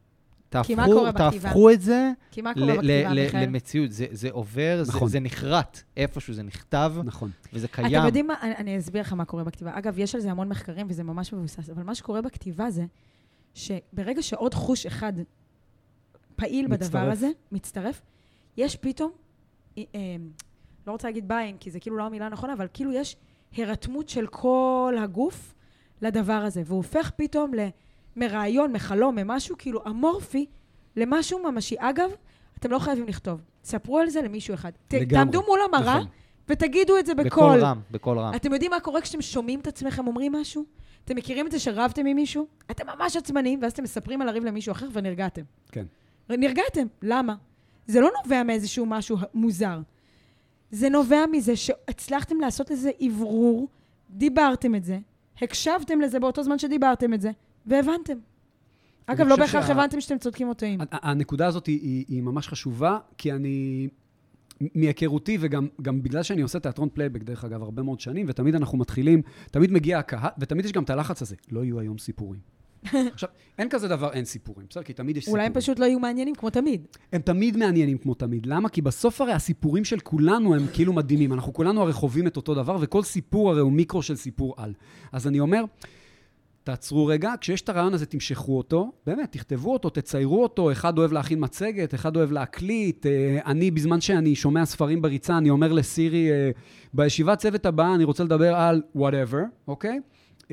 תהפכו את זה למציאות. זה עובר, זה נחרט איפשהו, זה נכתב, וזה קיים. אתם יודעים מה? אני אסביר לך מה קורה בכתיבה. אגב, יש על זה המון מחקרים וזה ממש מבוסס, אבל מה שקורה בכתיבה זה שברגע שעוד חוש אחד פעיל בדבר הזה, מצטרף, יש פתאום, לא רוצה להגיד ביין, כי זה כאילו לא המילה הנכונה, אבל כאילו יש הרתמות של כל הגוף לדבר הזה, והוא הופך פתאום מרעיון, מחלום, ממשהו כאילו אמורפי, למשהו ממשי. אגב, אתם לא חייבים לכתוב. ספרו על זה למישהו אחד. תעמדו מול המראה, ותגידו את זה בקול. בקול רם. אתם יודעים מה קורה כשאתם שומעים את עצמכם, אומרים משהו? אתם מכירים את זה שרבתם עם מישהו? אתם ממש עצמנים, ואז אתם מספרים על הריב למישהו אחר, ונרגעתם. כן. נרגעתם. למה? זה לא נובע מאיזשהו משהו מוזר. זה נובע מזה שהצלחתם לעשות לזה עברור, דיברתם את זה, הקשבתם לזה באותו זמן שדיברתם את זה, והבנתם. אגב, לא בהכרח הבנתם שאתם צודקים או טועים. הנקודה הזאת היא ממש חשובה, כי אני, מהיכרותי, וגם בגלל שאני עושה תיאטרון פלייבק, דרך אגב, הרבה מאוד שנים, ותמיד אנחנו מתחילים, תמיד מגיע הקהל, ותמיד יש גם את הלחץ הזה. לא יהיו היום סיפורים. עכשיו, אין כזה דבר, אין סיפורים, בסדר? כי תמיד יש סיפורים. אולי הם פשוט לא יהיו מעניינים כמו תמיד. הם תמיד מעניינים כמו תמיד. למה? כי בסוף הרי הסיפורים של כולנו הם כאילו מדהימים. אנחנו כולנו הרי חווים את אותו דבר, וכל סיפור הרי הוא מיקרו של סיפור על. אז אני אומר, תעצרו רגע, כשיש את הרעיון הזה, תמשכו אותו, באמת, תכתבו אותו, תציירו אותו, אחד אוהב להכין מצגת, אחד אוהב להקליט, אני, בזמן שאני שומע ספרים בריצה, אני אומר לסירי, בישיבת צוות הבאה, אני רוצה לדבר על whatever, אוקיי?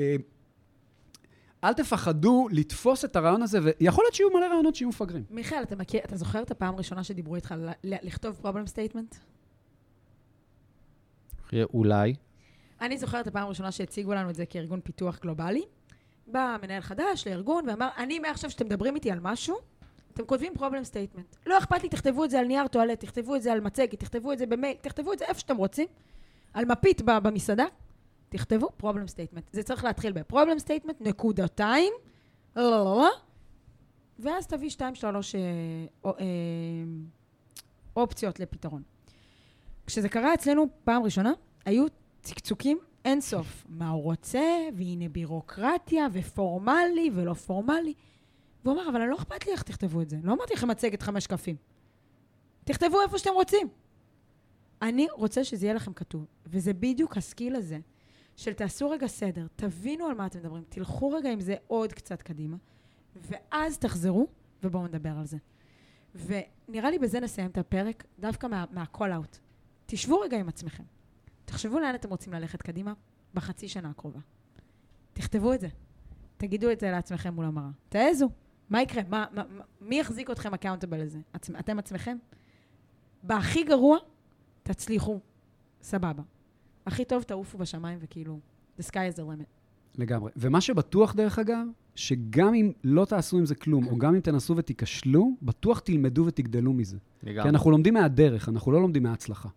אל תפחדו לתפוס את הרעיון הזה, ויכול להיות שיהיו מלא רעיונות שיהיו מפגרים. מיכאל, אתה זוכר את הפעם הראשונה שדיברו איתך לכתוב problem statement? אולי. אני זוכרת את הפעם הראשונה שהציגו לנו את זה כארגון פיתוח גלובלי. בא מנהל חדש לארגון ואמר, אני מעכשיו שאתם מדברים איתי על משהו, אתם כותבים problem statement. לא אכפת לי, תכתבו את זה על נייר טואלט, תכתבו את זה על מצגת, תכתבו את זה במייל, תכתבו את זה איפה שאתם רוצים, על מפית במסעדה, תכתבו problem statement. זה צריך להתחיל ב-problem statement, נקודתיים, ואז תביא 2-3 אופציות לפתרון. כשזה קרה אצלנו פעם ראשונה, היו צקצוקים אין סוף. מה הוא רוצה, והנה בירוקרטיה, ופורמלי ולא פורמלי. והוא אמר, אבל אני לא אכפת לי איך תכתבו את זה. לא אמרתי לכם מצגת 5 שקפים. תכתבו איפה שאתם רוצים. אני רוצה שזה יהיה לכם כתוב. וזה בדיוק הסקיל הזה, של תעשו רגע סדר, תבינו על מה אתם מדברים, תלכו רגע עם זה עוד קצת קדימה, ואז תחזרו, ובואו נדבר על זה. ונראה לי בזה נסיים את הפרק, דווקא מה-call-out. תשבו רגע עם עצמכם. תחשבו לאן אתם רוצים ללכת קדימה בחצי שנה הקרובה. תכתבו את זה. תגידו את זה לעצמכם מול המראה. תעזו. מה יקרה? מי יחזיק אתכם accountable לזה? אתם עצמכם? בהכי גרוע, תצליחו סבבה. הכי טוב תעופו בשמיים וכאילו, the sky is the limit. לגמרי. ומה שבטוח, דרך אגב, שגם אם לא תעשו עם זה כלום, או גם אם תנסו ותיכשלו, בטוח תלמדו ותגדלו מזה. לגמרי. כי אנחנו לומדים מהדרך, אנחנו לא לומדים מההצלחה.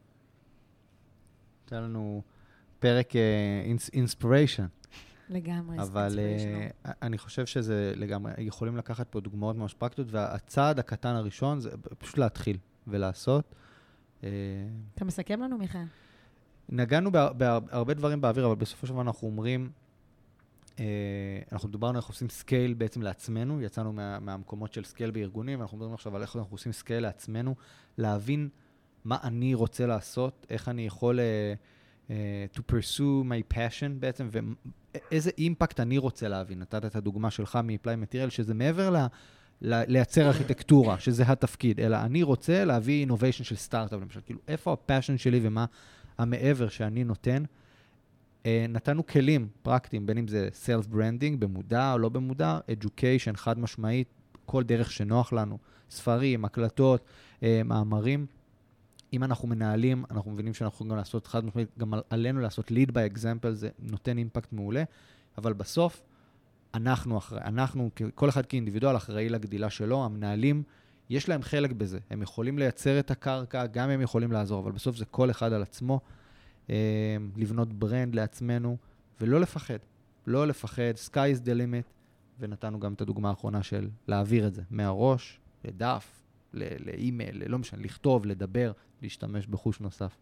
זה לנו פרק אינספיריישן. לגמרי. אבל אני חושב שזה לגמרי, יכולים לקחת פה דוגמאות ממש פרקטיות, והצעד הקטן הראשון זה פשוט להתחיל ולעשות. אתה מסכם לנו, מיכאל? נגענו בהרבה דברים באוויר, אבל בסופו של דבר אנחנו אומרים, אנחנו דיברנו איך עושים סקייל בעצם לעצמנו, יצאנו מהמקומות של סקייל בארגונים, אנחנו מדברים עכשיו על איך אנחנו עושים סקייל לעצמנו, להבין מה אני רוצה לעשות, איך אני יכול to pursue my passion בעצם, ואיזה אימפקט אני רוצה להבין. נתת את הדוגמה שלך מ-Apply Material, שזה מעבר לייצר ארכיטקטורה, שזה התפקיד, אלא אני רוצה להביא innovation של סטארט-אפ, למשל, כאילו, איפה הפאשן שלי ומה המעבר שאני נותן. נתנו כלים פרקטיים, בין אם זה self-branding, במודע או לא במודע, education, חד משמעית, כל דרך שנוח לנו, ספרים, הקלטות, מאמרים. אם אנחנו מנהלים, אנחנו מבינים שאנחנו יכולים גם לעשות חד משמעית, גם עלינו לעשות lead by example, זה נותן אימפקט מעולה, אבל בסוף, אנחנו, כל אחד כאינדיבידואל, אחראי לגדילה שלו, המנהלים, יש להם חלק בזה. הם יכולים לייצר את הקרקע, גם הם יכולים לעזור, אבל בסוף זה כל אחד על עצמו, לבנות ברנד לעצמנו, ולא לפחד. לא לפחד, sky is the limit, ונתנו גם את הדוגמה האחרונה של להעביר את זה מהראש, לדף, לאימייל, לא משנה, לכתוב, לדבר, להשתמש בחוש נוסף.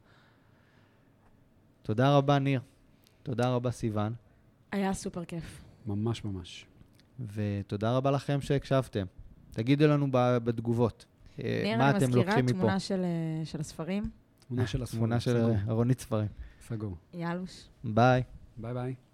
תודה רבה, ניר. תודה רבה, סיוון. היה סופר כיף. ממש ממש. ותודה רבה לכם שהקשבתם. תגידו לנו בתגובות, מה אתם לוקחים מפה. ניר, אני מזכירה תמונה של הספרים. תמונה של הספרים. תמונה של ארונית ספרים. סגור. יאלוש. ביי. ביי ביי.